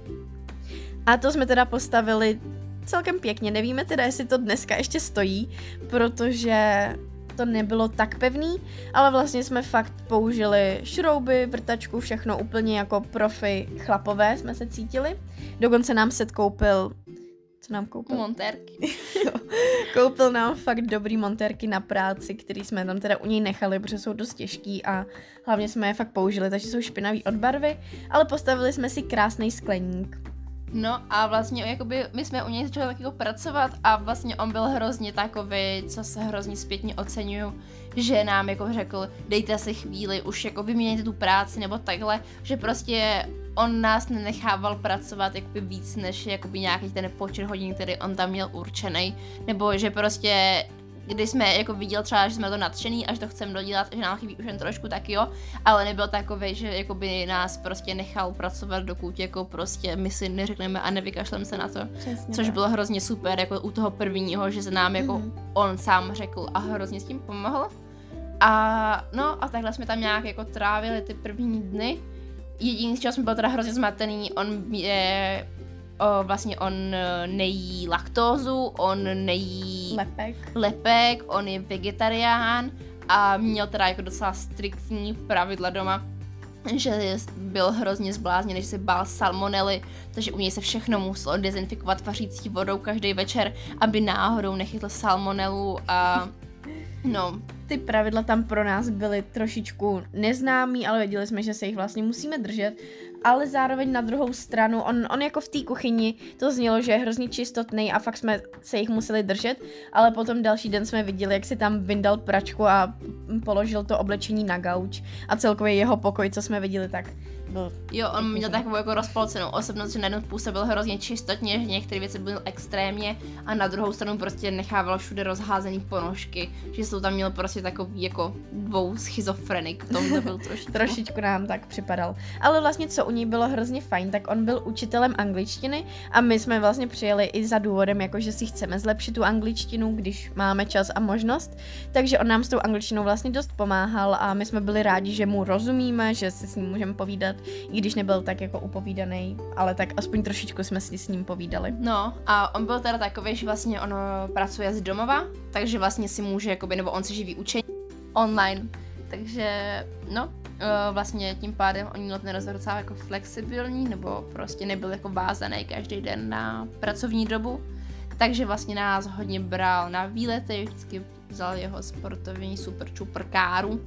A to jsme teda postavili celkem pěkně, nevíme teda, jestli to dneska ještě stojí, protože to nebylo tak pevný, ale vlastně jsme fakt použili šrouby, vrtačku, všechno úplně jako profi chlapové jsme se cítili. Dokonce nám set koupil, co nám koupil? Montérky. Koupil nám fakt dobrý montérky na práci, který jsme tam teda u něj nechali, protože jsou dost těžký a hlavně jsme je fakt použili, takže jsou špinavý od barvy, ale postavili jsme si krásný skleník. No a vlastně jakoby my jsme u něj začali tak jako pracovat a vlastně on byl hrozně takový, co se hrozně zpětně oceňuju, že nám jako řekl, dejte si chvíli, už jako vyměňte tu práci nebo takhle, že prostě on nás nenechával pracovat jakoby víc než jakoby nějaký ten počet hodin, který on tam měl určený, nebo že prostě když jsme jako viděl třeba, že jsme to nadšený a že to chceme dodělat, že nám chybí už jen trošku, tak jo, ale nebyl takovej, že jakoby nás prostě nechal pracovat, dokud jako prostě my si neřekneme a nevykašleme se na to, Přesně což tak. bylo hrozně super, jako u toho prvního, že se nám jako Mhm. on sám řekl a hrozně s tím pomohl. A no a takhle jsme tam nějak jako trávili ty první dny. Jediný z čeho jsme byl teda hrozně zmatený, on je O, vlastně on nejí laktózu, on nejí Lepek. lepek, on je vegetarián a měl teda jako docela striktní pravidla doma, že byl hrozně zblázněný, že se bál salmonely, takže u něj se všechno muselo dezinfikovat vařící vodou každý večer, aby náhodou nechytl salmonelu a no. Ty pravidla tam pro nás byly trošičku neznámý, ale věděli jsme, že se jich vlastně musíme držet, ale zároveň na druhou stranu, on, on jako v té kuchyni to znělo, že je hrozně čistotný a fakt jsme se jich museli držet, ale potom další den jsme viděli, jak si tam vyndal pračku a položil to oblečení na gauč a celkově jeho pokoj, co jsme viděli, tak byl... Jo, on měl takovou jako rozpolcenou osobnost, že na jednu působil hrozně čistotně, že některé věci byly extrémně a na druhou stranu prostě nechával všude rozházený ponožky, že jsou tam měl prostě takový jako dvou schizofrenik, v tom to byl trošičku. Trošičku nám tak připadal. Ale vlastně co u něj bylo hrozně fajn, tak on byl učitelem angličtiny a my jsme vlastně přijeli i za důvodem, jako že si chceme zlepšit tu angličtinu, když máme čas a možnost. Takže on nám s tou angličtinou vlastně dost pomáhal a my jsme byli rádi, že mu rozumíme, že si s ním můžeme povídat, i když nebyl tak jako upovídaný, ale tak aspoň trošičku jsme si s ním povídali. No a on byl teda takový, že vlastně on pracuje z domova, takže vlastně si může, jakoby, nebo on se živí učení online, takže no, vlastně tím pádem on měl ten rozhovor docela jako flexibilní, nebo prostě nebyl jako vázaný každý den na pracovní dobu, takže vlastně nás hodně bral na výlety, vždycky vzal jeho sportovní super čupr káru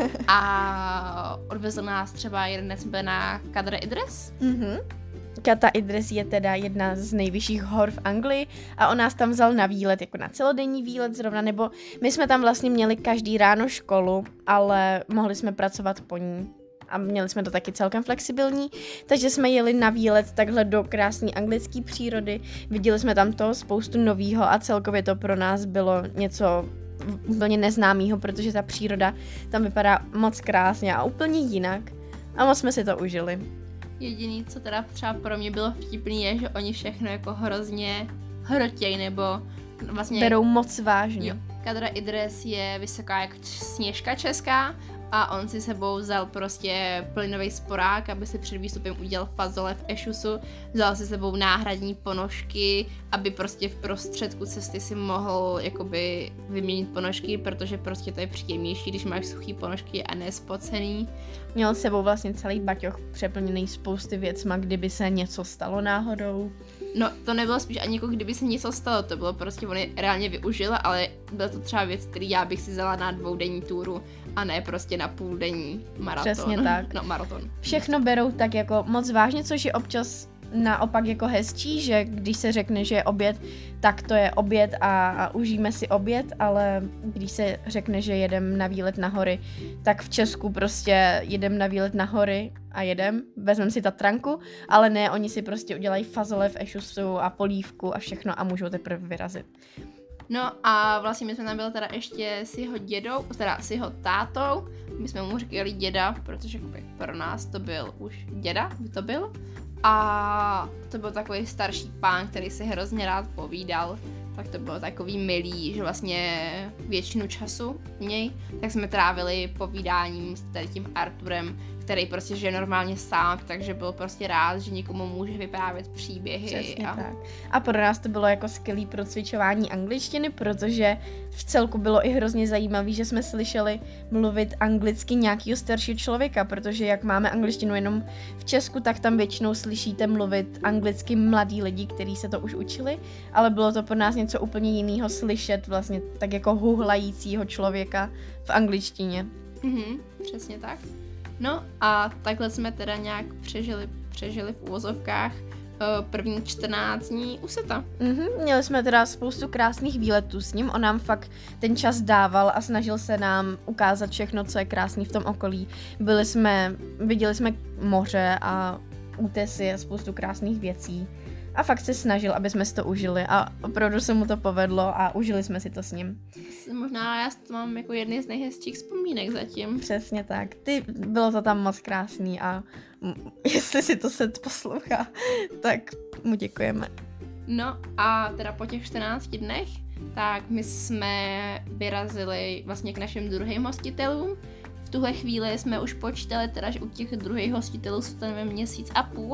a odvezl nás třeba jeden den jsme byli na Cadre Idris. Mhm. Cata Idris je teda jedna z nejvyšších hor v Anglii a on nás tam vzal na výlet, jako na celodenní výlet zrovna, nebo my jsme tam vlastně měli každý ráno školu, ale mohli jsme pracovat po ní a měli jsme to taky celkem flexibilní, takže jsme jeli na výlet takhle do krásné anglické přírody, viděli jsme tam toho spoustu novýho a celkově to pro nás bylo něco úplně neznámého, protože ta příroda tam vypadá moc krásně a úplně jinak a moc jsme si to užili. Jediný, co teda třeba pro mě bylo vtipný, je, že oni všechno jako hrozně hrotěj, nebo vlastně... Berou moc vážně. Jo. Cadre Idris je vysoká jak Sněžka česká a on si sebou vzal prostě plynový sporák, aby si před výstupem udělal fazole v ešusu, vzal si sebou náhradní ponožky, aby prostě v prostředku cesty si mohl jakoby vyměnit ponožky, protože prostě to je příjemnější, když máš suchý ponožky a nespocený. Měl s sebou vlastně celý baťoch přeplněný spousty věcma, kdyby se něco stalo náhodou. No, to nebylo spíš ani jako kdyby se něco stalo, to bylo prostě, on je reálně využila, ale byla to třeba věc, který já bych si vzala na dvoudenní túru a ne prostě na půldenní maraton. Přesně tak. No, maraton. Všechno berou tak jako moc vážně, což je občas naopak jako hezčí, že když se řekne, že je oběd, tak to je oběd a, a užijeme si oběd, ale když se řekne, že jedem na výlet na hory, tak v Česku prostě jedem na výlet na hory a jedem, vezmeme si Tatranku, ale ne, oni si prostě udělají fazole v ešusu a polívku a všechno a můžou teprve vyrazit. No a vlastně my jsme tam byli teda ještě s jeho dědou, teda s jeho tátou, my jsme mu říkali děda, protože pro nás to byl už děda, by to byl. A to byl takový starší pán, který si hrozně rád povídal, tak to bylo takový milý, že vlastně většinu času u něj, tak jsme trávili povídáním s tady tím Arturem, který prostě žije normálně sám, takže byl prostě rád, že někomu může vyprávět příběhy. Přesně a... tak. A pro nás to bylo jako skvělý procvičování angličtiny, protože v celku bylo i hrozně zajímavý, že jsme slyšeli mluvit anglicky nějakého staršího člověka, protože jak máme angličtinu jenom v Česku, tak tam většinou slyšíte mluvit anglicky mladí lidi, kteří se to už učili, ale bylo to pro nás něco úplně jiného slyšet vlastně tak jako huhlajícího člověka v angličtině. Mhm, přesně tak. No a takhle jsme teda nějak přežili, přežili v úvozovkách první čtrnáct dní u Seta. Mm-hmm, měli jsme teda spoustu krásných výletů s ním, on nám fakt ten čas dával a snažil se nám ukázat všechno, co je krásný v tom okolí. Byli jsme, viděli jsme moře a útesy a spoustu krásných věcí. A fakt se snažil, aby jsme si to užili a opravdu se mu to povedlo a užili jsme si to s ním. Možná já to mám jako jedny z nejhezčích vzpomínek zatím. Přesně tak. Ty, bylo to tam moc krásný a jestli si to Set poslouchá, tak mu děkujeme. No a teda po těch čtrnácti dnech, tak my jsme vyrazili vlastně k našim druhým hostitelům. V tuhle chvíli jsme už počítali teda, že u těch druhých hostitelů zůstaneme měsíc a půl.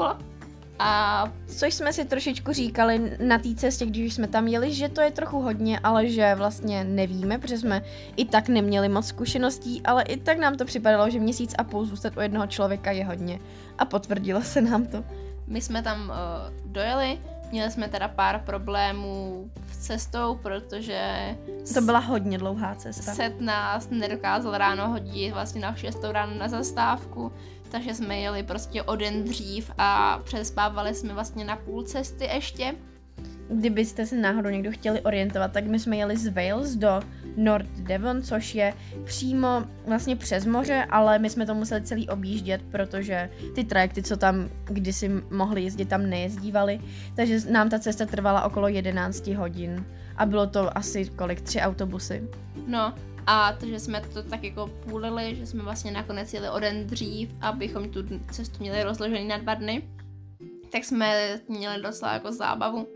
A což jsme si trošičku říkali na té cestě, když jsme tam jeli, že to je trochu hodně, ale že vlastně nevíme, protože jsme i tak neměli moc zkušeností, ale i tak nám to připadalo, že měsíc a půl zůstat u jednoho člověka je hodně. A potvrdilo se nám to. My jsme tam uh, dojeli, měli jsme teda pár problémů v cestou, protože to byla hodně dlouhá cesta. Set nás nedokázal ráno hodit vlastně na šestou ráno na zastávku, takže jsme jeli prostě o den dřív a přespávali jsme vlastně na půl cesty ještě. Kdybyste se náhodou někdo chtěli orientovat, tak my jsme jeli z Wales do North Devon, což je přímo vlastně přes moře, ale my jsme to museli celý objíždět, protože ty trajekty, co tam kdysi mohli jezdit, tam nejezdívali, takže nám ta cesta trvala okolo jedenáct hodin a bylo to asi kolik, tři autobusy. No a takže jsme to tak jako půlili, že jsme vlastně nakonec jeli o den dřív, abychom tu cestu měli rozložený na dva dny, tak jsme měli docela jako zábavu.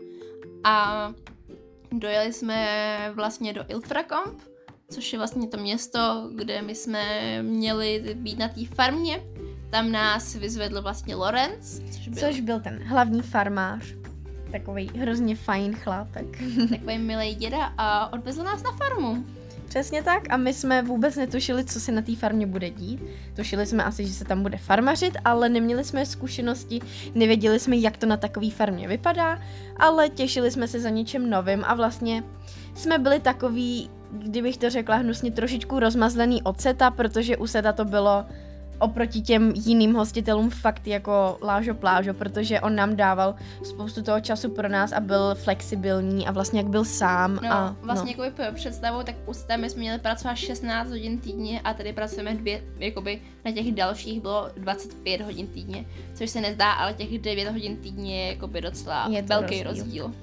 A dojeli jsme vlastně do Ilfracombe, což je vlastně to město, kde my jsme měli být na té farmě. Tam nás vyzvedl vlastně Lorenz, což byl, což byl ten hlavní farmář. Takový hrozně fajn chlápek. Takový milý děda a odvezl nás na farmu. Přesně tak a my jsme vůbec netušili, co se na té farmě bude dít. Tušili jsme asi, že se tam bude farmařit, ale neměli jsme zkušenosti, nevěděli jsme, jak to na takové farmě vypadá, ale těšili jsme se za něčem novým a vlastně jsme byli takový, kdybych to řekla hnusně, trošičku rozmazlený od Seta, protože u Seta to bylo oproti těm jiným hostitelům fakt jako lážo plážo, protože on nám dával spoustu toho času pro nás a byl flexibilní a vlastně jak byl sám. No, a, vlastně no. jako pro představu, tak u Seta my jsme měli pracovat šestnáct hodin týdně a tady pracujeme dvě, jakoby na těch dalších bylo dvacet pět hodin týdně, což se nezdá, ale těch devět hodin týdně je jakoby docela je velký rozdíl. rozdíl.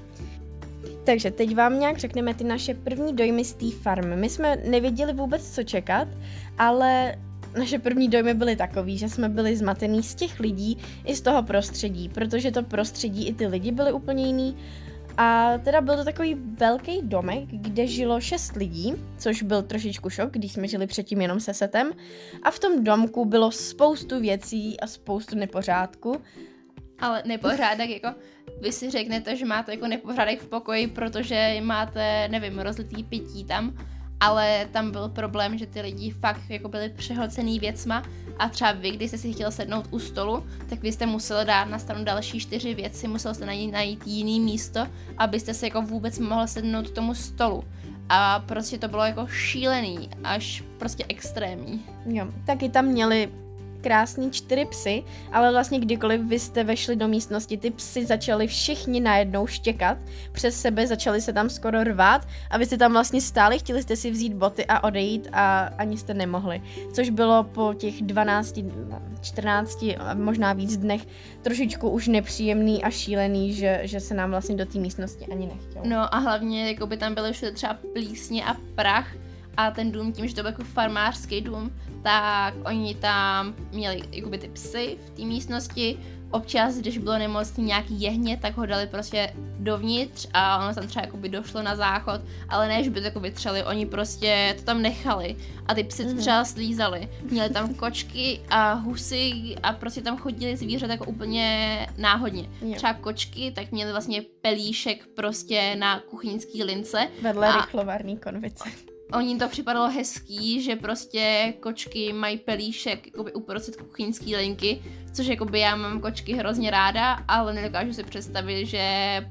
Takže teď vám nějak řekneme ty naše první dojmy z té farmy. My jsme nevěděli vůbec, co čekat, ale naše první dojmy byly takový, že jsme byli zmatený z těch lidí i z toho prostředí, protože to prostředí i ty lidi byly úplně jiný A teda byl to takový velký domek, kde žilo šest lidí, což byl trošičku šok, když jsme žili předtím jenom se Setem. A v tom domku bylo spoustu věcí a spoustu nepořádku. Ale nepořádek, jako vy si řeknete, že máte jako nepořádek v pokoji, protože máte, nevím, rozlitý pití tam, ale tam byl problém, že ty lidi fakt jako byli přehlcený věcma a třeba vy, když jste si chtěl sednout u stolu, tak vy jste museli dát na stranu další čtyři věci, musel jste najít, najít jiný místo, abyste se jako vůbec mohli sednout k tomu stolu. A prostě to bylo jako šílený, až prostě extrémní. Jo, taky tam měli krásný čtyři psy, ale vlastně kdykoliv vy jste vešli do místnosti, ty psy začali všichni najednou štěkat, přes sebe začali se tam skoro rvát a vy jste tam vlastně stáli, chtěli jste si vzít boty a odejít a ani jste nemohli. Což bylo po těch dvanácti, čtrnácti a možná víc dnech trošičku už nepříjemný a šílený, že, že se nám vlastně do té místnosti ani nechtělo. No a hlavně jako by tam byly všude třeba plísně a prach a ten dům tím, že to byl jako farmářský dům, tak oni tam měli jakoby ty psy v té místnosti. Občas, když bylo nemocný nějaký jehně, tak ho dali prostě dovnitř a ono tam třeba jakoby došlo na záchod, ale ne, že by to jakoby třeli, oni prostě to tam nechali a ty psy to třeba slízali. Měli tam kočky a husy a prostě tam chodili zvířata jako úplně náhodně. Jo. Třeba kočky, tak měli vlastně pelíšek prostě na kuchyňský lince. Vedle a rychlovarný konvice. Oni to připadalo hezký, že prostě kočky mají pelíšek jakoby uprostřed kuchyňský linky, což jakoby já mám kočky hrozně ráda, ale nedokážu si představit, že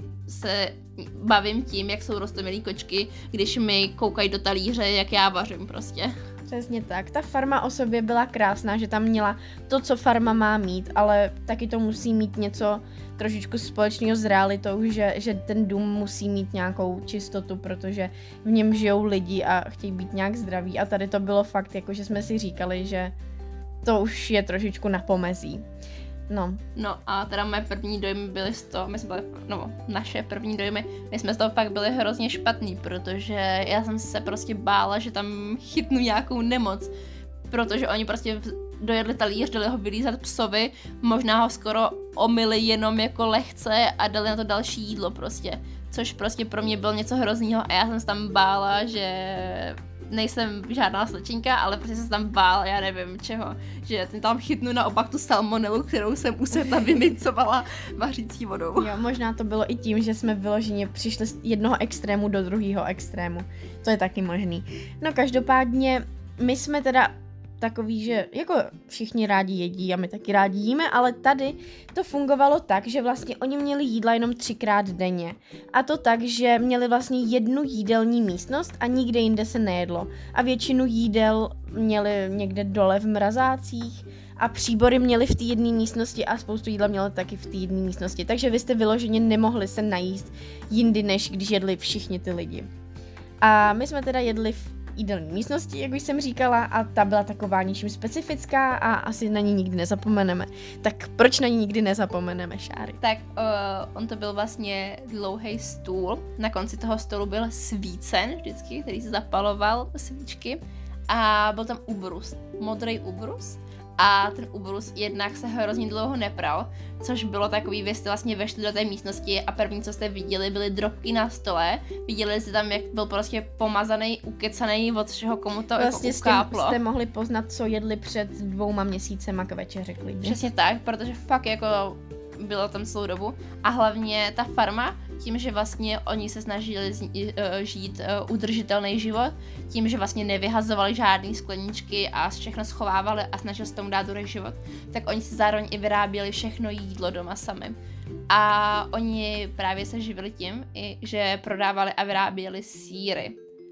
se bavím tím, jak jsou roztomilý kočky, když mi koukají do talíře, jak já vařím prostě. Přesně tak. Ta farma o sobě byla krásná, že tam měla to, co farma má mít, ale taky to musí mít něco trošičku společného s realitou, že, že ten dům musí mít nějakou čistotu, protože v něm žijou lidi a chtějí být nějak zdraví. A tady to bylo fakt, jako že jsme si říkali, že to už je trošičku na pomezí. No. No a teda moje první dojmy byly z toho, my jsme byli, no naše první dojmy, my jsme z toho fakt byli hrozně špatný, protože já jsem se prostě bála, že tam chytnu nějakou nemoc, protože oni prostě dojedli talíř, dali ho vylízat psovi, možná ho skoro omyli jenom jako lehce a dali na to další jídlo prostě, což prostě pro mě bylo něco hroznýho a já jsem se tam bála, že nejsem žádná slečinka, ale prostě jsem se tam bála, já nevím čeho, že tam chytnu naopak tu salmonelu, kterou jsem u seta vymicovala vařící vodou. Jo, možná to bylo i tím, že jsme vyloženě přišli z jednoho extrému do druhého extrému. To je taky možný. No každopádně my jsme teda takový, že jako všichni rádi jedí a my taky rádi jíme, ale tady to fungovalo tak, že vlastně oni měli jídla jenom třikrát denně. A to tak, že měli vlastně jednu jídelní místnost a nikde jinde se nejedlo. A většinu jídel měli někde dole v mrazácích a příbory měli v té jedné místnosti a spoustu jídla měli taky v té jedné místnosti. Takže vy jste vyloženě nemohli se najíst jindy, než když jedli všichni ty lidi. A my jsme teda jedli v jídelní místnosti, jak už jsem říkala, a ta byla taková ničím specifická a asi na ní nikdy nezapomeneme. Tak proč na ní nikdy nezapomeneme, Šáry? Tak uh, on to byl vlastně dlouhý stůl, na konci toho stolu byl svícen vždycky, který se zapaloval svíčky a byl tam ubrus, modrý ubrus. A ten ubrus jednak se hrozně dlouho nepral, což bylo takový, vy jste vlastně vešli do té místnosti a první, co jste viděli, byly drobky na stole. Viděli jste tam, jak byl prostě pomazaný, ukecaný od všeho, komu to vlastně jako ukáplo. Vlastně jste mohli poznat, co jedli před dvouma měsícema k večeři klidně. Přesně tak, protože fakt jako bylo tam celou dobu a hlavně ta farma, tím, že vlastně oni se snažili žít udržitelný život, tím, že vlastně nevyhazovali žádný skleničky a všechno schovávali a snažili se tomu dát druhý život, tak oni si zároveň i vyráběli všechno jídlo doma sami. A oni právě se živili tím, že prodávali a vyráběli sýry.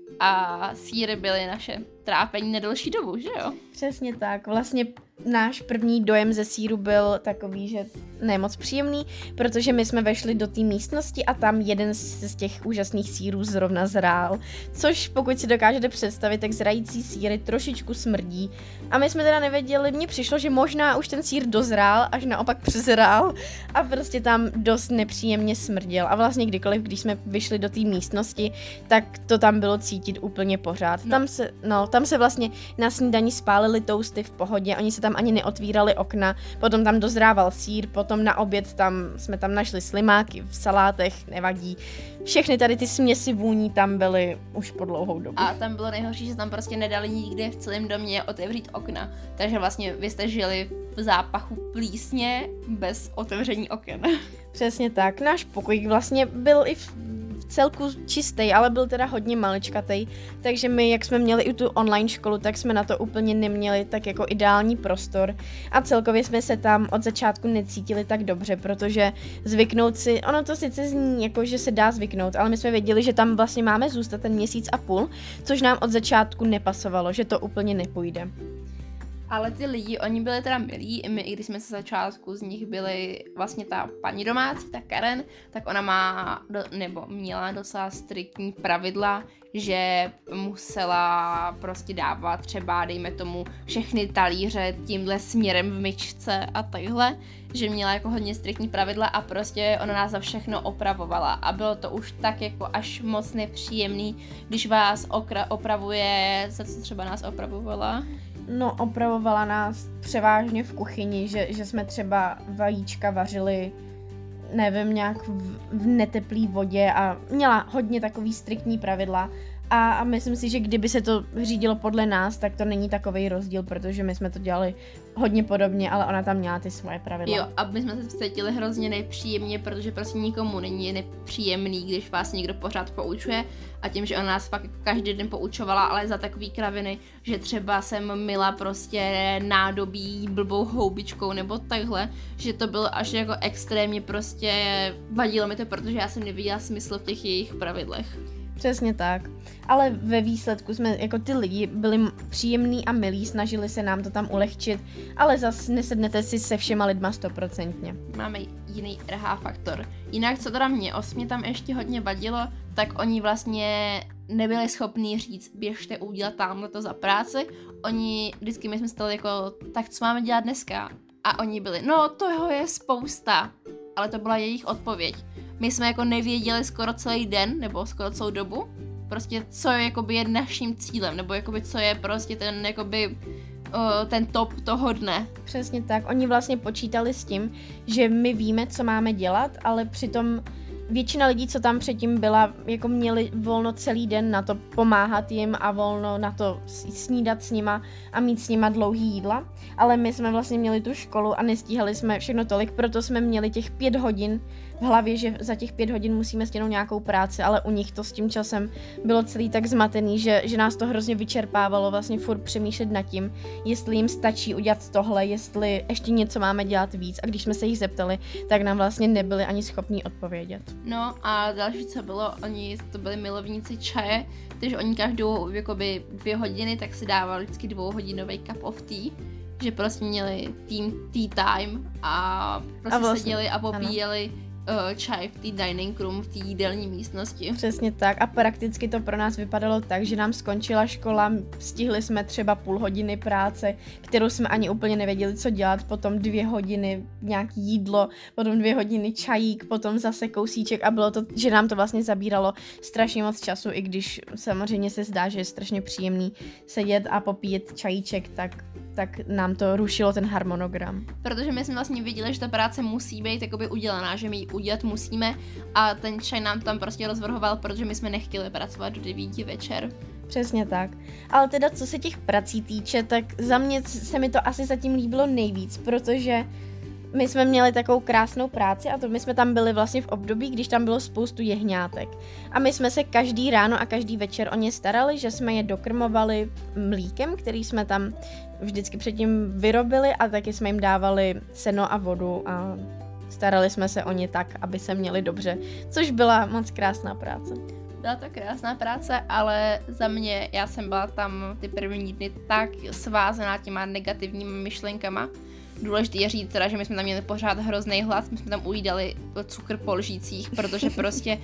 A sýry byly naše trápení na delší dobu, že jo? Přesně tak. Vlastně náš první dojem ze sýru byl takový, že ne moc příjemný, protože my jsme vešli do té místnosti a tam jeden z těch úžasných sýrů zrovna zrál. Což pokud si dokážete představit, tak zrající sýry trošičku smrdí. A my jsme teda nevěděli, mně přišlo, že možná už ten sýr dozrál, až naopak přezrál a prostě tam dost nepříjemně smrděl. A vlastně kdykoliv, když jsme vyšli do té místnosti, tak to tam bylo cítit úplně pořád. No. Tam se, no, tam se vlastně na snídani spálili toasty v pohodě, oni se tam ani neotvírali okna, potom tam dozrával sýr, potom na oběd tam jsme tam našli slimáky v salátech, nevadí. Všechny tady ty směsi vůní tam byly už po dlouhou dobu. A tam bylo nejhorší, že tam prostě nedali nikde v celém domě otevřít okna, takže vlastně vy jste žili v zápachu plísně bez otevření oken. Přesně tak, náš pokoj vlastně byl i v celku čistý, ale byl teda hodně maličkatej, takže my, jak jsme měli i tu online školu, tak jsme na to úplně neměli tak jako ideální prostor a celkově jsme se tam od začátku necítili tak dobře, protože zvyknout si, ono to sice zní jako, že se dá zvyknout, ale my jsme věděli, že tam vlastně máme zůstat ten měsíc a půl, což nám od začátku nepasovalo, že to úplně nepůjde. Ale ty lidi, oni byli teda milí, my, i když jsme se začátku z nich byli vlastně ta paní domácí, ta Karen, tak ona má, do, nebo měla docela striktní pravidla, že musela prostě dávat třeba, dejme tomu, všechny talíře tímhle směrem v myčce a takhle, že měla jako hodně striktní pravidla a prostě ona nás za všechno opravovala a bylo to už tak jako až moc nepříjemný, když vás okra- opravuje, za co třeba nás opravovala? No, opravovala nás převážně v kuchyni, že, že jsme třeba vajíčka vařili, nevím, nějak v, v neteplý vodě a měla hodně takový striktní pravidla. A, a myslím si, že kdyby se to řídilo podle nás, tak to není takovej rozdíl, protože my jsme to dělali hodně podobně, ale ona tam měla ty svoje pravidla. Jo, a my jsme se cítili hrozně nepříjemně, protože prostě nikomu není nepříjemný, když vás někdo pořád poučuje a tím, že ona nás fakt každý den poučovala, ale za takový kraviny, že třeba jsem myla prostě nádobí blbou houbičkou nebo takhle, že to bylo až jako extrémně prostě vadilo mi to, protože já jsem neviděla smysl v těch jejich pravidlech. Přesně tak, ale ve výsledku jsme jako ty lidi byli příjemní a milí, snažili se nám to tam ulehčit, ale zas nesednete si se všema lidma stoprocentně. Máme jiný R H faktor. Jinak, co teda mě osmě tam ještě hodně vadilo, tak oni vlastně nebyli schopní říct, běžte udělat tamhle to za práci. Oni, vždycky my jsme stali jako, tak co máme dělat dneska? A oni byli, no toho je spousta, ale to byla jejich odpověď. My jsme jako nevěděli skoro celý den, nebo skoro celou dobu, prostě co je jakoby je naším cílem, nebo jakoby co je prostě ten jakoby uh, ten top toho dne. Přesně tak, oni vlastně počítali s tím, že my víme, co máme dělat, ale přitom většina lidí, co tam předtím byla, jako měli volno celý den na to pomáhat jim a volno na to snídat s nima a mít s nima dlouhý jídla, ale my jsme vlastně měli tu školu a nestíhali jsme všechno tolik, proto jsme měli těch pět hodin v hlavě, že za těch pět hodin musíme stihnout nějakou práci, ale u nich to s tím časem bylo celý tak zmatený, že, že nás to hrozně vyčerpávalo vlastně furt přemýšlet nad tím, jestli jim stačí udělat tohle, jestli ještě něco máme dělat víc a když jsme se jich zeptali, tak nám vlastně nebyli ani schopní odpovědět. No a další, co bylo, oni to byli milovníci čaje, takže oni každou jakoby dvě hodiny tak si dávali vždycky dvouhodinový cup of tea, že prostě měli team tea time a prostě a vlastně, seděli a popíjeli ano. Čaj v té dining room, v té jídelní místnosti. Přesně tak a prakticky to pro nás vypadalo tak, že nám skončila škola, stihli jsme třeba půl hodiny práce, kterou jsme ani úplně nevěděli, co dělat, potom dvě hodiny nějaký jídlo, potom dvě hodiny čajík, potom zase kousíček a bylo to, že nám to vlastně zabíralo strašně moc času, i když samozřejmě se zdá, že je strašně příjemný sedět a popíjet čajíček, tak tak nám to rušilo ten harmonogram. Protože my jsme vlastně viděli, že ta práce musí být jakoby udělaná, že my ji udělat musíme a ten čaj nám tam prostě rozvrhoval, protože my jsme nechtěli pracovat do devíti večer. Přesně tak. Ale teda co se těch prací týče, tak za mě se mi to asi zatím líbilo nejvíc, protože my jsme měli takovou krásnou práci a to my jsme tam byli vlastně v období, když tam bylo spoustu jehňátek. A my jsme se každý ráno a každý večer o ně starali, že jsme je dokrmovali mlíkem, který jsme tam vždycky předtím vyrobili a taky jsme jim dávali seno a vodu a starali jsme se o ně tak, aby se měli dobře, což byla moc krásná práce. Byla to krásná práce, ale za mě, já jsem byla tam ty první dny tak svázaná těma negativními myšlenkama. Důležité je říct teda, že my jsme tam měli pořád hrozný hlad, my jsme tam ujídali cukr po lžících, protože prostě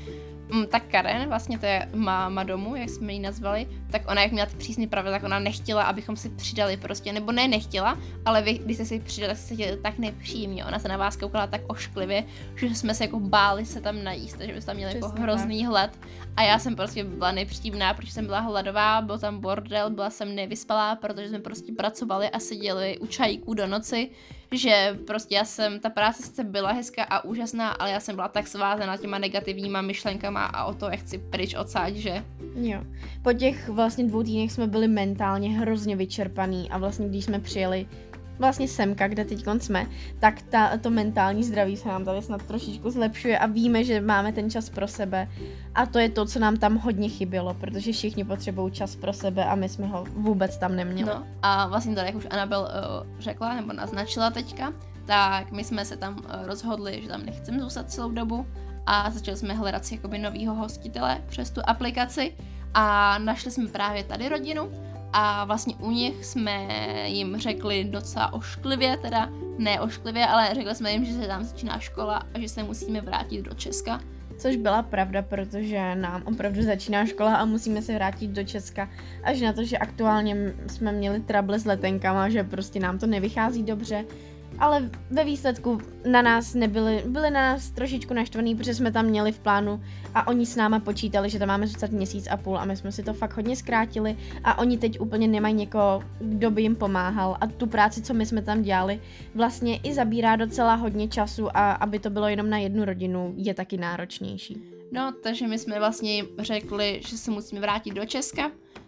tak Karen, vlastně to je máma domu, jak jsme ji nazvali, tak ona, jak měla ty přísný pravidla, tak ona nechtěla, abychom si přidali prostě, nebo ne nechtěla, ale vy, když jste si přidali, tak jste se tak nepříjemně. Ona se na vás koukala tak ošklivě, že jsme se jako báli se tam najíst, takže jsme tam měli jako hrozný hlad. A já jsem prostě byla nepříjemná, protože jsem byla hladová, byl tam bordel, byla jsem nevyspalá, protože jsme prostě pracovali a seděli u čajíků do noci, že prostě já jsem, ta práce sice byla hezká a úžasná, ale já jsem byla tak svázaná těma negativníma myšlenkama a o to, jak chci pryč odsáď, že? Jo. Po těch vlastně dvou týdnech jsme byli mentálně hrozně vyčerpaný a vlastně když jsme přijeli vlastně semka, kde teď jsme, tak ta, to mentální zdraví se nám tady snad trošičku zlepšuje a víme, že máme ten čas pro sebe a to je to, co nám tam hodně chybělo, protože všichni potřebují čas pro sebe a my jsme ho vůbec tam neměli. No a vlastně tady, jak už Anabel uh, řekla nebo naznačila teďka, tak my jsme se tam uh, rozhodli, že tam nechceme zůstat celou dobu a začali jsme hledat si jakoby novýho hostitele přes tu aplikaci a našli jsme právě tady rodinu. A vlastně u nich jsme jim řekli docela ošklivě, teda ne ošklivě, ale řekli jsme jim, že se tam začíná škola a že se musíme vrátit do Česka. Což byla pravda, protože nám opravdu začíná škola a musíme se vrátit do Česka. Až na to, že aktuálně jsme měli trable s letenkama, že prostě nám to nevychází dobře. Ale ve výsledku na nás nebyli, byli na nás trošičku naštvaný, protože jsme tam měli v plánu a oni s náma počítali, že tam máme zůstat měsíc a půl a my jsme si to fakt hodně zkrátili a oni teď úplně nemají někoho, kdo by jim pomáhal a tu práci, co my jsme tam dělali, vlastně i zabírá docela hodně času a aby to bylo jenom na jednu rodinu, je taky náročnější. No, takže my jsme vlastně jim řekli, že se musíme vrátit do Česka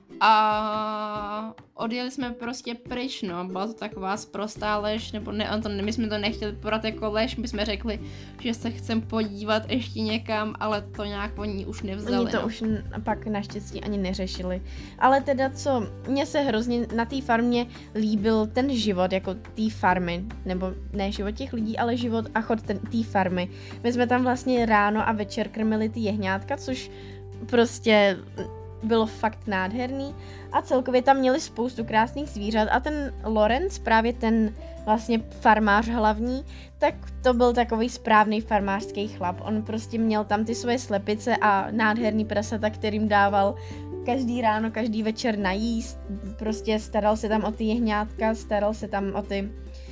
a odjeli jsme prostě pryč, no, byla to taková sprostá lež, nebo ne, on to, my jsme to nechtěli podat jako lež, my jsme řekli, že se chcem podívat ještě někam, ale to nějak oni už nevzali. Oni to no. už n- pak naštěstí ani neřešili. Ale teda co, mně se hrozně na té farmě líbil ten život, jako té farmy, nebo ne život těch lidí, ale život a chod té farmy. My jsme tam vlastně ráno a večer krmili ty jehňátka, což prostě bylo fakt nádherný a celkově tam měli spoustu krásných zvířat a ten Lorenz, právě ten vlastně farmář hlavní, tak to byl takový správný farmářský chlap. On prostě měl tam ty svoje slepice a nádherný prasata, kterým dával každý ráno, každý večer najíst, prostě staral se tam o ty jehňátka, staral se tam o ty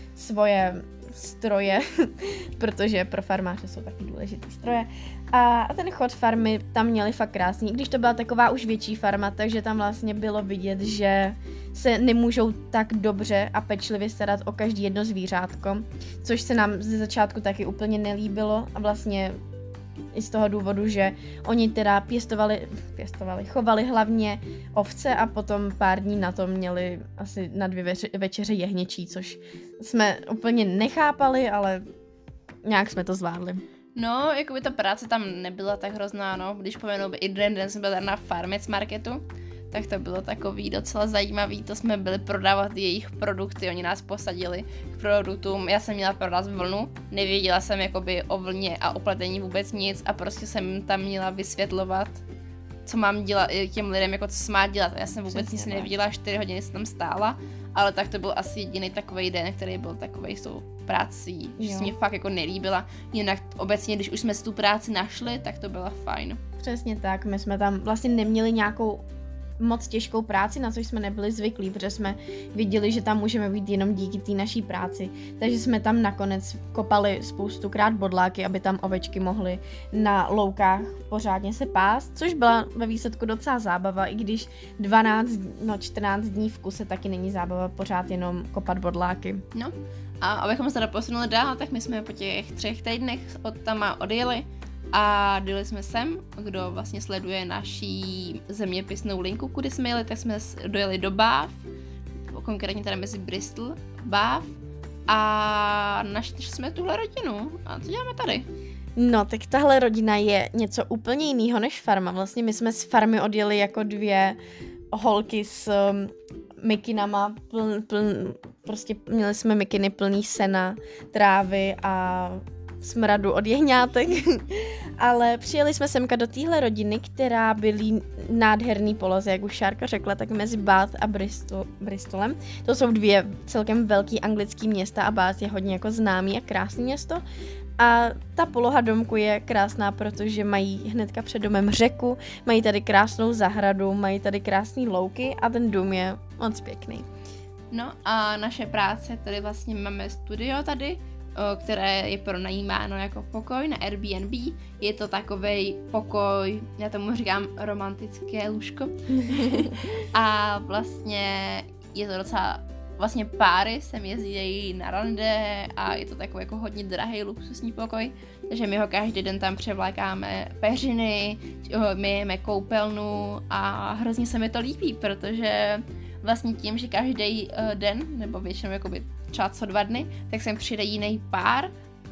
svoje stroje, protože pro farmáře jsou taky důležité stroje. A, a ten chod farmy tam měli fakt krásný, když to byla taková už větší farma, takže tam vlastně bylo vidět, že se nemůžou tak dobře a pečlivě starat o každý jedno zvířátko, což se nám ze začátku taky úplně nelíbilo a vlastně i z toho důvodu, že oni teda pěstovali, pěstovali, chovali hlavně ovce a potom pár dní na to měli asi na dvě veře, večeře jehněčí, což jsme úplně nechápali, ale nějak jsme to zvládli. No, jako by ta práce tam nebyla tak hrozná, no, když pomenu, i jeden den jsme byli na Farmec Marketu, tak to bylo takový docela zajímavý, to jsme byli prodávat jejich produkty, oni nás posadili k produktům, já jsem měla prodat vlnu, nevěděla jsem jakoby o vlně a o pletení vůbec nic a prostě jsem tam měla vysvětlovat, co mám dělat těm lidem, jako co se má dělat, já jsem vůbec nic nevěděla, čtyři hodiny jsem tam stála, ale tak to byl asi jediný takovej den, který byl takovej s tou prací, že se mě fakt jako nelíbila, jinak obecně, když už jsme si tu práci našli, tak to byla fajn. Přesně tak, my jsme tam vlastně neměli nějakou moc těžkou práci, na což jsme nebyli zvyklí, protože jsme viděli, že tam můžeme být jenom díky té naší práci. Takže jsme tam nakonec kopali spoustukrát bodláky, aby tam ovečky mohly na loukách pořádně se pást, což byla ve výsledku docela zábava, i když dvanáct, no čtrnáct dní v kuse taky není zábava, pořád jenom kopat bodláky. No a abychom se teda posunuli dál, tak my jsme po těch třech týdnech od tam odjeli a dojeli jsme sem, kdo vlastně sleduje naší zeměpisnou linku, kudy jsme jeli, tak jsme dojeli do Bath, konkrétně teda mezi Bristol, Bath a našli jsme tuhle rodinu. A co děláme tady? No, tak tahle rodina je něco úplně jiného než farma. Vlastně my jsme z farmy odjeli jako dvě holky s um, mikinama, pln, pln, prostě měli jsme mikiny plný sena, trávy a smradu od jehňátek. Ale přijeli jsme semka do téhle rodiny, která byly nádherný poloze, jak už Šárka řekla, tak mezi Bath a Bristol, Bristolem. To jsou dvě celkem velký anglický města a Bath je hodně jako známý a krásný město. A ta poloha domku je krásná, protože mají hnedka před domem řeku, mají tady krásnou zahradu, mají tady krásný louky a ten dům je moc pěkný. No a naše práce, tady vlastně máme studio tady, které je pronajímáno jako pokoj na Airbnb. Je to takovej pokoj, já tomu říkám romantické lůžko. A vlastně je to docela, vlastně páry sem jezdí na rande a je to takový jako hodně drahý luxusní pokoj. Takže my ho každý den tam převlékáme peřiny, myjeme koupelnu a hrozně se mi to líbí, protože vlastně tím, že každý den, nebo většinou jakoby třeba co dva dny, tak sem přijde jiný pár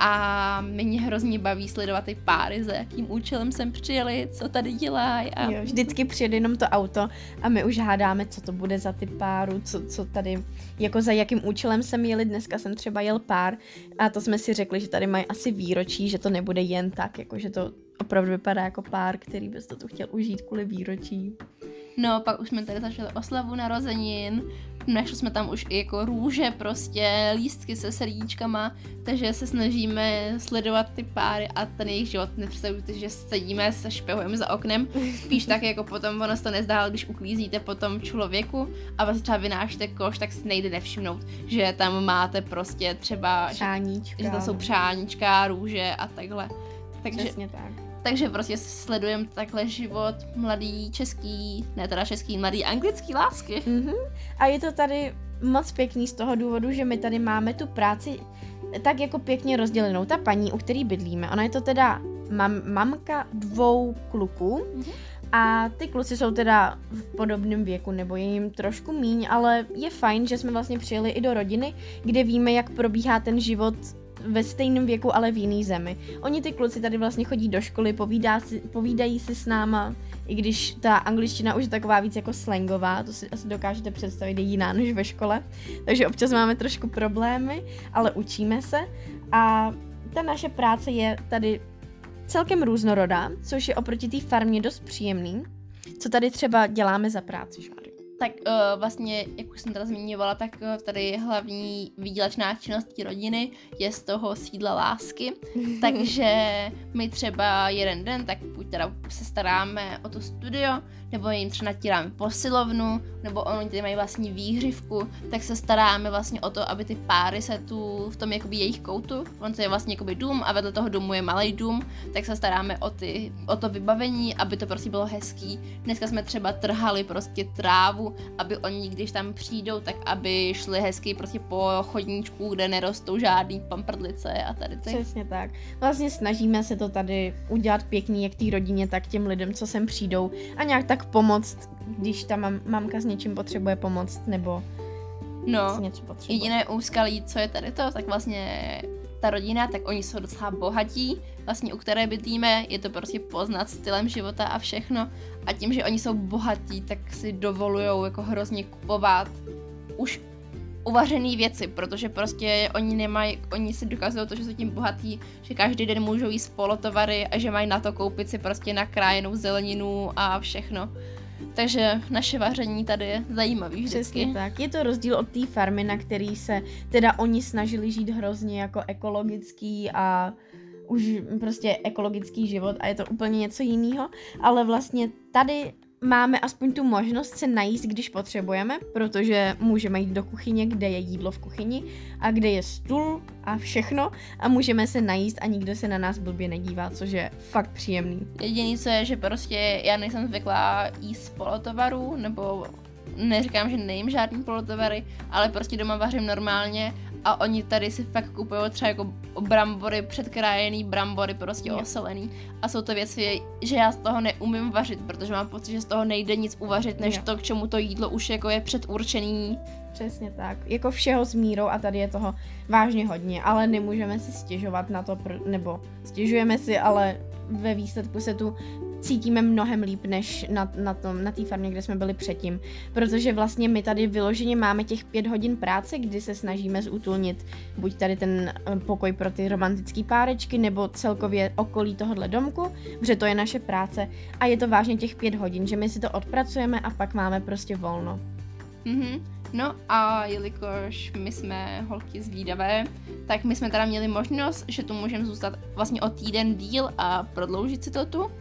a mě hrozně baví sledovat ty páry, za jakým účelem sem přijeli, co tady dělají. A... Jo, vždycky přijede jenom to auto a my už hádáme, co to bude za ty páru, co, co tady, jako za jakým účelem sem jeli. Dneska jsem třeba jel pár a to jsme si řekli, že tady mají asi výročí, že to nebude jen tak, jako že to opravdu vypadá jako pár, který bys to tu chtěl užít kvůli výročí. No, pak už jsme tady začali oslavu narozenin, našli jsme tam už i jako růže, prostě lístky se srdíčkama, takže se snažíme sledovat ty páry a ten jejich život. Nepředstavujte, že sedíme se špehujeme za oknem, spíš tak jako potom ono se to nezdá, když uklízíte po tom člověku a vlastně třeba vynášíte koš, tak si nejde nevšimnout, že tam máte prostě třeba, že, že to jsou přáníčka, růže a takhle. Takže, přesně tak. Takže prostě sledujeme takhle život mladý český, ne teda český, mladý anglický lásky. Mm-hmm. A je to tady moc pěkný z toho důvodu, že my tady máme tu práci tak jako pěkně rozdělenou. Ta paní, u který bydlíme, ona je to teda mam, mamka dvou kluků mm-hmm. a ty kluci jsou teda v podobném věku, nebo je jim trošku míň, ale je fajn, že jsme vlastně přijeli i do rodiny, kde víme, jak probíhá ten život ve stejném věku, ale v jiný zemi. Oni ty kluci tady vlastně chodí do školy, povídá si, povídají si s náma, i když ta angličtina už je taková víc jako slangová, to si asi dokážete představit, je jiná než ve škole, takže občas máme trošku problémy, ale učíme se a ta naše práce je tady celkem různorodá, což je oproti té farmě dost příjemný. Co tady třeba děláme za práci, Šáry? Tak uh, vlastně, jak už jsem teda zmiňovala, tak uh, tady hlavní výdělečná činnost rodiny je z toho sídla lásky, takže my třeba jeden den, tak buď teda se staráme o to studio, nebo jim třeba natíráme posilovnu, nebo oni tady mají vlastní výhřivku, tak se staráme vlastně o to, aby ty páry se tu v tom jakoby jejich koutu, on to je vlastně jakoby dům a vedle toho domu je malý dům, tak se staráme o, ty, o to vybavení, aby to prostě bylo hezký. Dneska jsme třeba trhali prostě trávu, aby oni, když tam přijdou, tak aby šli hezky prostě po chodníčku, kde nerostou žádný pamprdlice a tady ty. Přesně tak. Vlastně snažíme se to tady udělat pěkný, jak té rodině, tak těm lidem, co sem přijdou a nějak tak pomoct, když ta mam- mamka s něčím potřebuje pomoct, nebo no, si něco potřebuje. Jediné úskalí, co je tady to, tak vlastně ta rodina, tak oni jsou docela bohatí, vlastně u které bydlíme, je to prostě poznat stylem života a všechno a tím, že oni jsou bohatí, tak si dovolujou jako hrozně kupovat už uvařený věci, protože prostě oni nemají, oni si dokazují to, že jsou tím bohatí, že každý den můžou jíst polotovary a že mají na to koupit si prostě nakrájenou zeleninu a všechno. Takže naše vaření tady je zajímavý vždycky. Přesně tak. Je to rozdíl od té farmy, na který se teda oni snažili žít hrozně jako ekologický a už prostě ekologický život a je to úplně něco jiného, ale vlastně tady máme aspoň tu možnost se najíst, když potřebujeme, protože můžeme jít do kuchyně, kde je jídlo v kuchyni a kde je stůl a všechno a můžeme se najíst a nikdo se na nás blbě nedívá, což je fakt příjemný. Jediný co je, že prostě já nejsem zvyklá jíst polotovarů, nebo neříkám, že nejím žádný polotovary, ale prostě doma vařím normálně a oni tady si fakt kupují třeba jako brambory, předkrájený brambory, prostě oselený. A jsou to věci, že já z toho neumím vařit, protože mám pocit, že z toho nejde nic uvařit, než jo. to, k čemu to jídlo už jako je předurčený. Přesně tak. Jako všeho s mírou a tady je toho vážně hodně, ale nemůžeme si stěžovat na to, nebo stěžujeme si, ale ve výsledku se tu cítíme mnohem líp než na, na tom, na té farmě, kde jsme byli předtím, protože vlastně my tady vyloženě máme těch pět hodin práce, kdy se snažíme zútulnit buď tady ten pokoj pro ty romantické párečky, nebo celkově okolí tohohle domku, protože to je naše práce a je to vážně těch pět hodin, že my si to odpracujeme a pak máme prostě volno. Mhm. No a jelikož my jsme holky zvídavé, tak my jsme teda měli možnost, že tu můžeme zůstat vlastně o týden díl a prodloužit si to tu.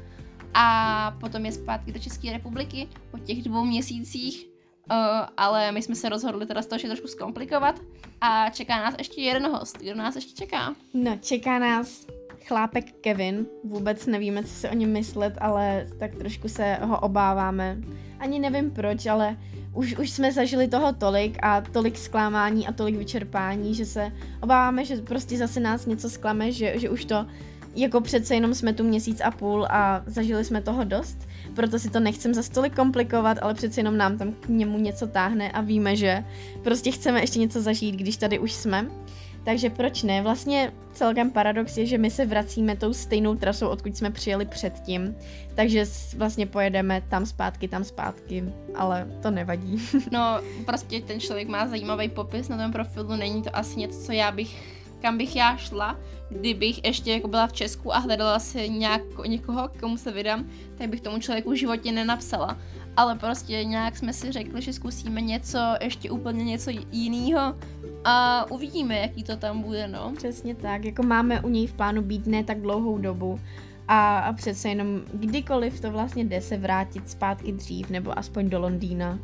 A potom je zpátky do České republiky po těch dvou měsících, uh, ale my jsme se rozhodli teda z toho, že trošku zkomplikovat a čeká nás ještě jeden host. Kdo nás ještě čeká? No, čeká nás chlápek Kevin, vůbec nevíme, co si o něm myslet, ale tak trošku se ho obáváme. Ani nevím proč, ale už, už jsme zažili toho tolik a tolik zklamání a tolik vyčerpání, že se obáváme, že prostě zase nás něco zklame, že, že už to jako přece jenom jsme tu měsíc a půl a zažili jsme toho dost, proto si to nechcem za tolik komplikovat, ale přece jenom nám tam k němu něco táhne a víme, že prostě chceme ještě něco zažít, když tady už jsme. Takže proč ne? Vlastně celkem paradox je, že my se vracíme tou stejnou trasou, odkud jsme přijeli předtím, takže vlastně pojedeme tam zpátky, tam zpátky, ale to nevadí. No, prostě ten člověk má zajímavý popis na tom profilu, není to asi něco, co já bych, kam bych já šla, kdybych ještě jako byla v Česku a hledala si nějak, někoho, komu se vydám, tak bych tomu člověku v životě nenapsala. Ale prostě nějak jsme si řekli, že zkusíme něco, ještě úplně něco jiného a uvidíme, jaký to tam bude, no. Přesně tak, jako máme u něj v plánu být ne tak dlouhou dobu a, a přece jenom kdykoliv to vlastně jde se vrátit zpátky dřív nebo aspoň do Londýna.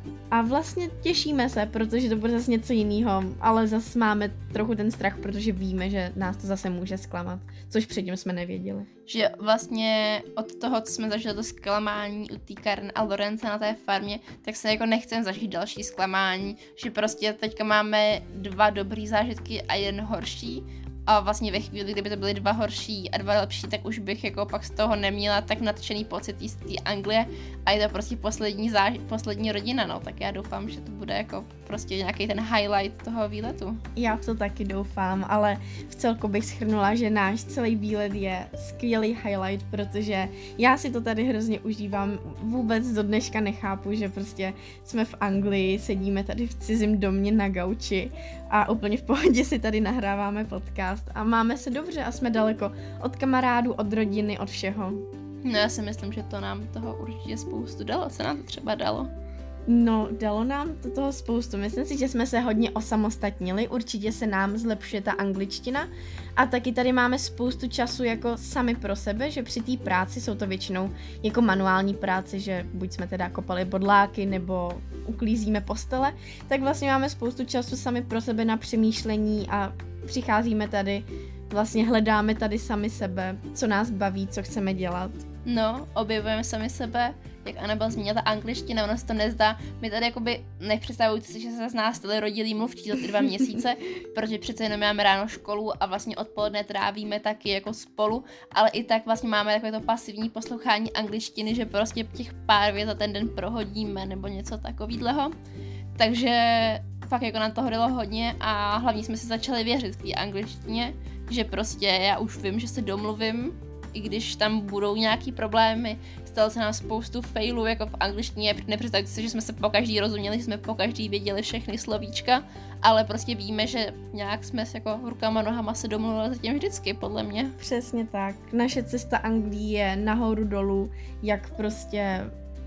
A vlastně těšíme se, protože to bude zase něco jiného, ale zase máme trochu ten strach, protože víme, že nás to zase může zklamat, což předtím jsme nevěděli. Že vlastně od toho, co jsme zažili to zklamání u té Karen a Lorence na té farmě, tak se jako nechcem zažít další zklamání, že prostě teďka máme dva dobrý zážitky a jeden horší. A vlastně ve chvíli, kdyby to byly dva horší a dva lepší, tak už bych jako pak z toho neměla tak nadšený pocit z té Anglie a je to prostě poslední, záž- poslední rodina, no, tak já doufám, že to bude jako prostě nějaký ten highlight toho výletu. Já v to taky doufám, ale v celku bych shrnula, že náš celý výlet je skvělý highlight, protože já si to tady hrozně užívám, vůbec do dneška nechápu, že prostě jsme v Anglii, sedíme tady v cizím domě na gauči a úplně v pohodě si tady nahráváme podcast a máme se dobře a jsme daleko od kamarádů, od rodiny, od všeho. No já si myslím, že to nám toho určitě spoustu dalo, co nám to třeba dalo. No, dalo nám to toho spoustu. Myslím si, že jsme se hodně osamostatnili, určitě se nám zlepšuje ta angličtina a taky tady máme spoustu času jako sami pro sebe, že při té práci jsou to většinou jako manuální práce, že buď jsme teda kopali bodláky nebo uklízíme postele, tak vlastně máme spoustu času sami pro sebe na přemýšlení a přicházíme tady, vlastně hledáme tady sami sebe, co nás baví, co chceme dělat. No, objevujeme sami sebe, jak Anabel zmínila, ta angličtina, ono se to nezdá. My tady jakoby nepředstavujte si, že se z nás stali rodilí mluvčí za ty dva měsíce, protože přece jenom máme ráno školu a vlastně odpoledne trávíme taky jako spolu, ale i tak vlastně máme takové to pasivní poslouchání angličtiny, že prostě těch pár vět za ten den prohodíme nebo něco takového. Takže fakt jako nám toho dalo hodně a hlavně jsme si začali věřit v té angličtině, že prostě já už vím, že se domluvím, i když tam budou nějaký problémy. Stalo se nám spoustu failů jako v angličtině, nepředstavte si, že jsme se pokaždý rozuměli, že jsme pokaždý věděli všechny slovíčka, ale prostě víme, že nějak jsme se jako rukama nohama se domluvili zatím vždycky, podle mě. Přesně tak. Naše cesta Anglie je nahoru dolů, jak prostě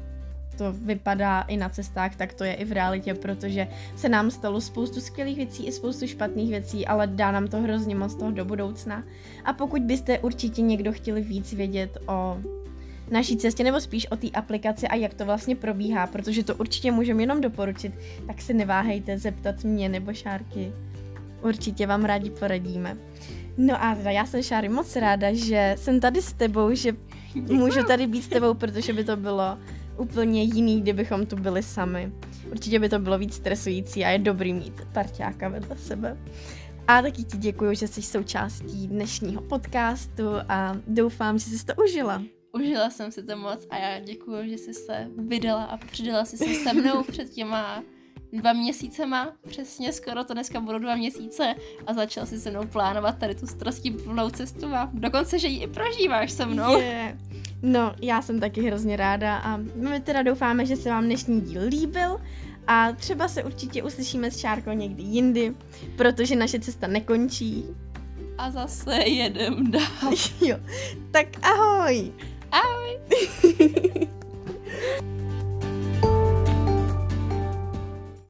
to vypadá i na cestách, tak to je i v realitě, protože se nám stalo spoustu skvělých věcí i spoustu špatných věcí, ale dá nám to hrozně moc toho do budoucna. A pokud byste určitě někdo chtěli víc vědět o naší cestě, nebo spíš o té aplikaci a jak to vlastně probíhá, protože to určitě můžeme jenom doporučit, tak se neváhejte zeptat mě nebo Šárky. Určitě vám rádi poradíme. No a já jsem, Šáry, moc ráda, že jsem tady s tebou, že můžu tady být s tebou, protože by to bylo úplně jiný, kdybychom tu byli sami. Určitě by to bylo víc stresující a je dobrý mít parťáka vedle sebe. A taky ti děkuju, že jsi součástí dnešního podcastu a doufám, že jsi to užila. Užila jsem si to moc a já děkuju, že jsi se vydala a přidala si se se mnou před těma dva měsícema, přesně skoro to dneska budou dva měsíce a začal si se mnou plánovat tady tu strastí plnou cestu a dokonce, že ji i prožíváš se mnou. Yeah. No, já jsem taky hrozně ráda a my teda doufáme, že se vám dnešní díl líbil a třeba se určitě uslyšíme s Šárkou někdy jindy, protože naše cesta nekončí. A zase jedem dál. Jo, tak ahoj! Ahoj!